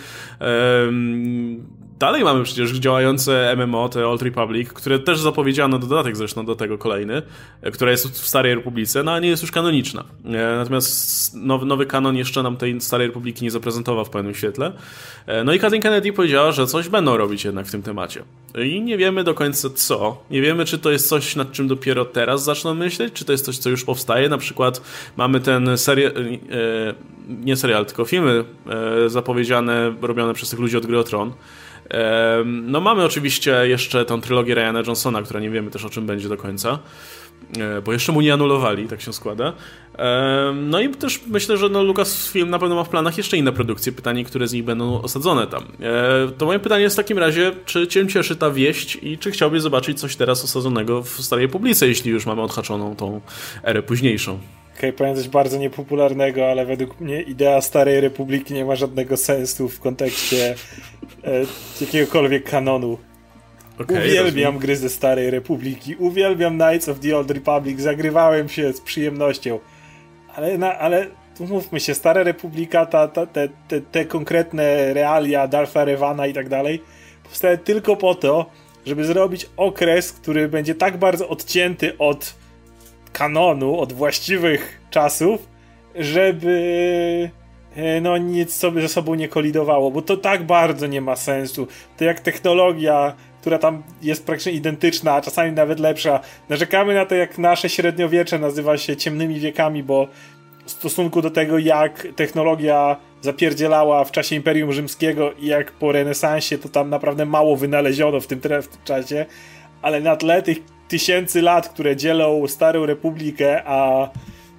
Dalej mamy przecież działające MMO, te Old Republic, które też zapowiedziano dodatek zresztą do tego kolejny, która jest w Starej Republice, a nie jest już kanoniczna. Natomiast nowy kanon jeszcze nam tej Starej Republiki nie zaprezentował w pełnym świetle. I Kathleen Kennedy powiedziała, że coś będą robić jednak w tym temacie. I nie wiemy do końca co. Nie wiemy, czy to jest coś, nad czym dopiero teraz zaczną myśleć, czy to jest coś, co już powstaje. Na przykład mamy ten nie serial, tylko filmy zapowiedziane, robione przez tych ludzi od Gry o Tron. Mamy oczywiście jeszcze tą trylogię Ryana Johnsona, która nie wiemy też o czym będzie do końca, bo jeszcze mu nie anulowali, tak się składa. I też myślę, że Lucasfilm na pewno ma w planach jeszcze inne produkcje. Pytanie, które z nich będą osadzone tam. To moje pytanie jest w takim razie, czy cię cieszy ta wieść i czy chciałbyś zobaczyć coś teraz osadzonego w Starej Republice, jeśli już mamy odhaczoną tą erę późniejszą? Powiem coś bardzo niepopularnego, ale według mnie idea Starej Republiki nie ma żadnego sensu w kontekście jakiegokolwiek kanonu. Uwielbiam gry ze Starej Republiki, uwielbiam Knights of the Old Republic, zagrywałem się z przyjemnością, ale umówmy się, Stara Republika, te konkretne realia Dartha Revana i tak dalej powstały tylko po to, żeby zrobić okres, który będzie tak bardzo odcięty od kanonu, od właściwych czasów, żeby nic sobie ze sobą nie kolidowało, bo to tak bardzo nie ma sensu. To jak technologia, która tam jest praktycznie identyczna, a czasami nawet lepsza. Narzekamy na to, jak nasze średniowiecze nazywa się ciemnymi wiekami, bo w stosunku do tego, jak technologia zapierdzielała w czasie Imperium Rzymskiego i jak po renesansie, to tam naprawdę mało wynaleziono w tym czasie, ale na tle tych tysięcy lat, które dzielą Starą Republikę, a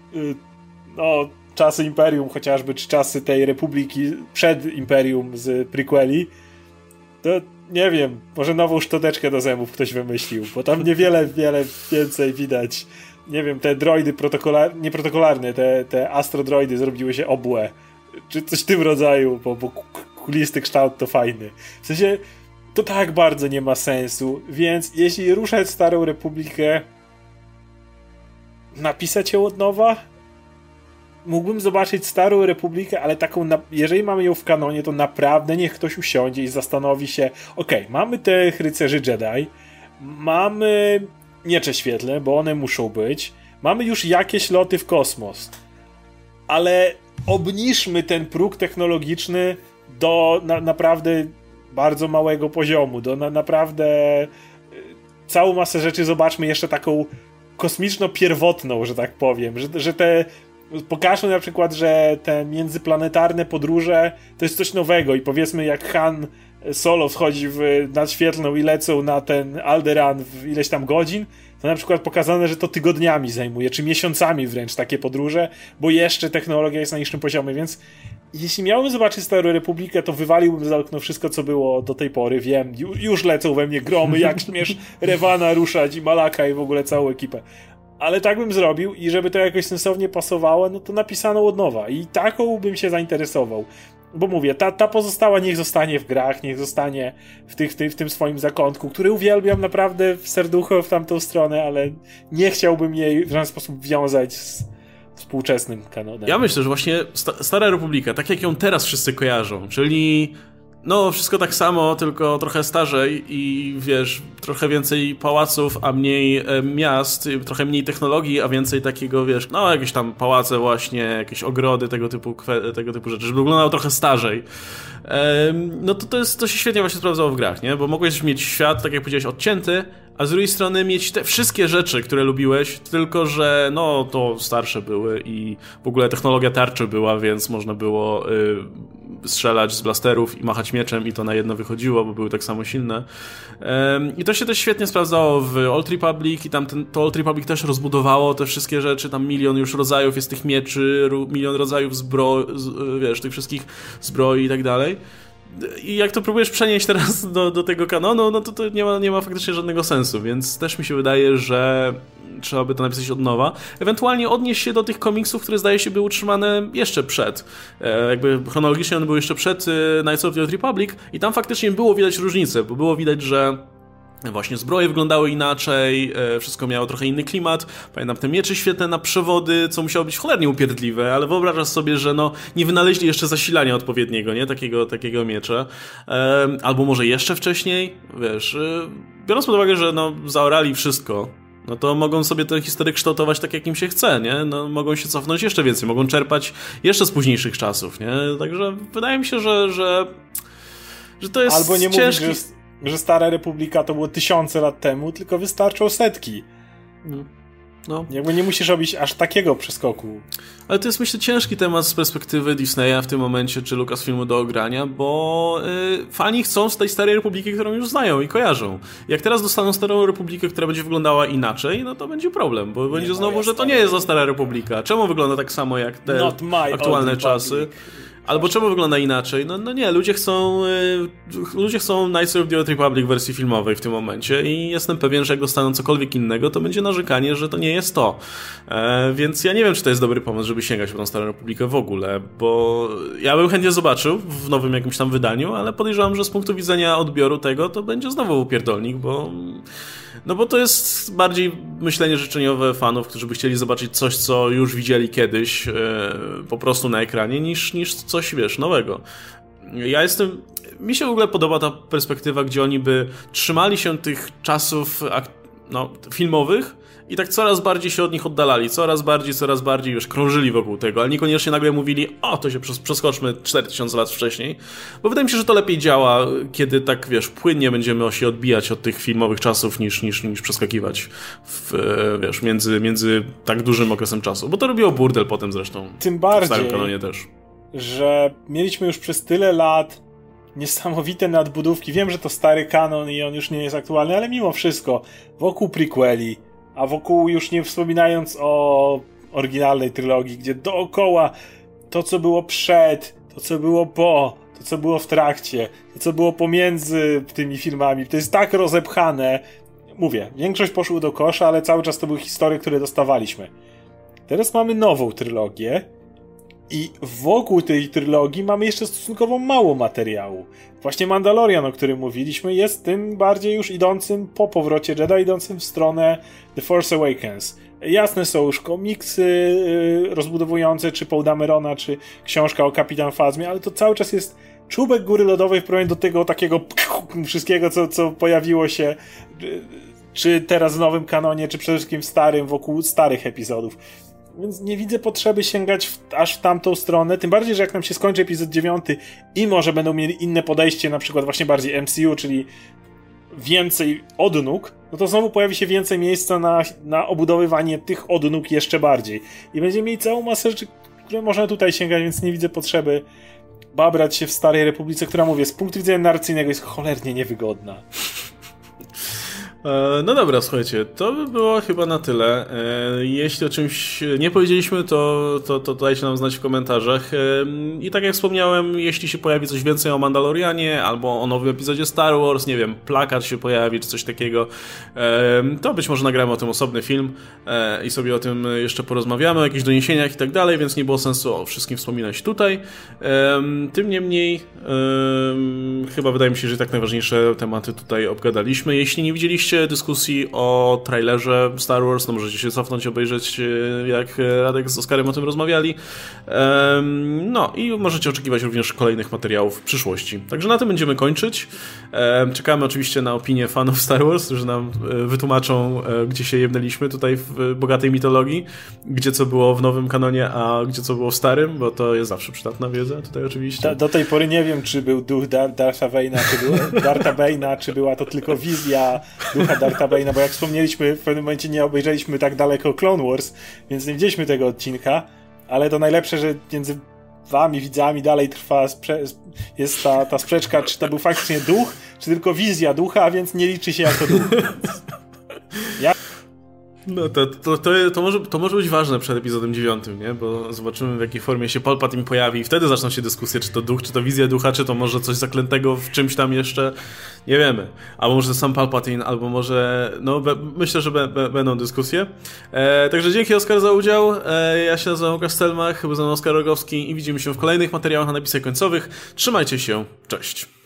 czasy Imperium chociażby, czy czasy tej Republiki przed Imperium z prequeli, to nie wiem, może nową szczoteczkę do zębów ktoś wymyślił, bo tam wiele więcej widać. Nie wiem, te droidy nieprotokolarne, te astrodroidy zrobiły się obłe, czy coś w tym rodzaju, bo kulisty kształt to fajny. W sensie, to tak bardzo nie ma sensu, więc jeśli ruszać Starą Republikę, napisać ją od nowa, mógłbym zobaczyć Starą Republikę, ale taką, jeżeli mamy ją w kanonie, to naprawdę niech ktoś usiądzie i zastanowi się, mamy tych rycerzy Jedi, mamy miecze świetlne, bo one muszą być, mamy już jakieś loty w kosmos, ale obniżmy ten próg technologiczny do naprawdę bardzo małego poziomu, do naprawdę całą masę rzeczy zobaczmy jeszcze taką kosmiczno-pierwotną, że tak powiem, że pokażmy na przykład, że te międzyplanetarne podróże to jest coś nowego i powiedzmy jak Han Solo wchodzi w nadświetlną i lecą na ten Alderaan w ileś tam godzin, to na przykład pokazane, że to tygodniami zajmuje, czy miesiącami wręcz takie podróże, bo jeszcze technologia jest na niższym poziomie, więc jeśli miałbym zobaczyć Starą Republikę, to wywaliłbym za okno wszystko, co było do tej pory. Wiem, już lecą we mnie gromy, jak śmiesz Revana ruszać i Malaka i w ogóle całą ekipę. Ale tak bym zrobił i żeby to jakoś sensownie pasowało, to napisano od nowa i taką bym się zainteresował. Bo mówię, ta pozostała niech zostanie w grach, niech zostanie w tym swoim zakątku, który uwielbiam naprawdę w serducho w tamtą stronę, ale nie chciałbym jej w żaden sposób wiązać z współczesnym kanonem. Ja myślę, że właśnie Stara Republika, tak jak ją teraz wszyscy kojarzą, czyli wszystko tak samo, tylko trochę starzej i wiesz, trochę więcej pałaców, a mniej miast, trochę mniej technologii, a więcej takiego, wiesz, jakieś tam pałace właśnie, jakieś ogrody, tego typu rzeczy, żeby wyglądało trochę starzej. To się świetnie właśnie sprawdzało w grach, nie? Bo mogłeś mieć świat, tak jak powiedziałeś, odcięty, a z drugiej strony mieć te wszystkie rzeczy, które lubiłeś, tylko że to starsze były i w ogóle technologia tarczy była, więc można było strzelać z blasterów i machać mieczem i to na jedno wychodziło, bo były tak samo silne. I to się też świetnie sprawdzało w Old Republic i tam to Old Republic też rozbudowało te wszystkie rzeczy, tam milion już rodzajów jest tych mieczy, milion rodzajów wiesz, tych wszystkich zbroi i tak dalej. I jak to próbujesz przenieść teraz do tego kanonu, no to nie ma faktycznie żadnego sensu, więc też mi się wydaje, że trzeba by to napisać od nowa. Ewentualnie odnieść się do tych komiksów, które zdaje się były utrzymane jeszcze przed. Jakby chronologicznie one były jeszcze przed Knights of the Old Republic i tam faktycznie było widać różnicę, bo było widać, że właśnie zbroje wyglądały inaczej, wszystko miało trochę inny klimat. Pamiętam te miecze świetne na przewody, co musiało być cholernie upierdliwe, ale wyobrażasz sobie, że nie wynaleźli jeszcze zasilania odpowiedniego, nie? Takiego miecza. Albo może jeszcze wcześniej, wiesz, biorąc pod uwagę, że zaorali wszystko, no to mogą sobie tę historię kształtować tak, jak im się chce, nie? No, mogą się cofnąć jeszcze więcej, mogą czerpać jeszcze z późniejszych czasów, nie? Także wydaje mi się, że to jest albo nie ciężki... mówić, że Stara Republika to było 1000 lat temu, tylko wystarczą setki. No. Jakby nie musisz robić aż takiego przeskoku. Ale to jest, myślę, ciężki temat z perspektywy Disneya w tym momencie, czy Lucasfilmu do ogrania, bo fani chcą z tej Starej Republiki, którą już znają i kojarzą. Jak teraz dostaną Starą Republikę, która będzie wyglądała inaczej, no to będzie problem, bo będzie znowu, że to nie jest za Stara Republika. Czemu wygląda tak samo jak te aktualne czasy? Albo czemu wygląda inaczej? No nie, ludzie chcą Knights of the Old Republic w wersji filmowej w tym momencie i jestem pewien, że jak dostaną cokolwiek innego, to będzie narzekanie, że to nie jest to. Więc ja nie wiem, czy to jest dobry pomysł, żeby sięgać po tą Starą Republikę w ogóle, bo ja bym chętnie zobaczył w nowym jakimś tam wydaniu, ale podejrzewam, że z punktu widzenia odbioru tego, to będzie znowu upierdolnik, bo to jest bardziej myślenie życzeniowe fanów, którzy by chcieli zobaczyć coś, co już widzieli kiedyś po prostu na ekranie, niż coś, wiesz, nowego. Mi się w ogóle podoba ta perspektywa, gdzie oni by trzymali się tych czasów filmowych i tak coraz bardziej się od nich oddalali, coraz bardziej już krążyli wokół tego, ale niekoniecznie nagle mówili, to się przeskoczmy 4000 lat wcześniej, bo wydaje mi się, że to lepiej działa, kiedy tak, wiesz, płynnie będziemy się odbijać od tych filmowych czasów, niż przeskakiwać między tak dużym okresem czasu, bo to robiło burdel potem zresztą. Tym bardziej, w starym kanonie też. Że mieliśmy już przez tyle lat niesamowite nadbudówki. Wiem, że to stary kanon i on już nie jest aktualny, ale mimo wszystko wokół prequeli, a wokół, już nie wspominając o oryginalnej trylogii, gdzie dookoła to, co było przed, to, co było po, to, co było w trakcie, to, co było pomiędzy tymi filmami, to jest tak rozepchane. Mówię, większość poszło do kosza, ale cały czas to były historie, które dostawaliśmy. Teraz mamy nową trylogię i wokół tej trylogii mamy jeszcze stosunkowo mało materiału. Właśnie Mandalorian, o którym mówiliśmy, jest tym bardziej już idącym po powrocie Jedi, idącym w stronę The Force Awakens. Jasne są już komiksy rozbudowujące, czy Paul Damerona, czy książka o Kapitan Phasmie, ale to cały czas jest czubek góry lodowej w porównaniu do tego takiego wszystkiego, co pojawiło się czy teraz w nowym kanonie, czy przede wszystkim w starym, wokół starych epizodów. Więc nie widzę potrzeby sięgać aż w tamtą stronę, tym bardziej, że jak nam się skończy epizod 9 i może będą mieli inne podejście, na przykład właśnie bardziej MCU, czyli więcej odnóg, no to znowu pojawi się więcej miejsca na obudowywanie tych odnóg jeszcze bardziej. I będziemy mieli całą masę rzeczy, które można tutaj sięgać, więc nie widzę potrzeby babrać się w Starej Republice, która, mówię, z punktu widzenia narracyjnego jest cholernie niewygodna. No dobra, słuchajcie, to by było chyba na tyle. Jeśli o czymś nie powiedzieliśmy, to dajcie nam znać w komentarzach. I tak jak wspomniałem, jeśli się pojawi coś więcej o Mandalorianie, albo o nowym epizodzie Star Wars, nie wiem, plakat się pojawi, czy coś takiego, to być może nagramy o tym osobny film i sobie o tym jeszcze porozmawiamy, o jakichś doniesieniach i tak dalej, więc nie było sensu o wszystkim wspominać tutaj. Tym niemniej, chyba wydaje mi się, że tak najważniejsze tematy tutaj obgadaliśmy. Jeśli nie widzieliście dyskusji o trailerze Star Wars, to możecie się cofnąć, obejrzeć, jak Radek z Oskarem o tym rozmawiali. No i możecie oczekiwać również kolejnych materiałów w przyszłości. Także na tym będziemy kończyć. Czekamy oczywiście na opinię fanów Star Wars, którzy nam wytłumaczą, gdzie się jebnęliśmy tutaj w bogatej mitologii, gdzie co było w nowym kanonie, a gdzie co było w starym, bo to jest zawsze przydatna wiedza tutaj oczywiście. Do tej pory nie wiem, czy był duch Dartha Bane'a, czy była to tylko wizja ducha Dartha Bane'a, bo jak wspomnieliśmy, w pewnym momencie nie obejrzeliśmy tak daleko Clone Wars, więc nie widzieliśmy tego odcinka, ale to najlepsze, że między wami, widzami dalej trwa, jest ta sprzeczka, czy to był faktycznie duch, czy tylko wizja ducha, więc nie liczy się jako duch. No to może być ważne przed epizodem 9, nie? Bo zobaczymy, w jakiej formie się Palpatine pojawi i wtedy zaczną się dyskusje, czy to duch, czy to wizja ducha, czy to może coś zaklętego w czymś tam jeszcze, nie wiemy. Albo może to sam Palpatine, albo może... No, myślę, że będą dyskusje. Także dzięki, Oskar, za udział. Ja się nazywam Łukasz Stelmach, był ze mną Oskar Rogowski i widzimy się w kolejnych materiałach na napisach końcowych. Trzymajcie się, cześć.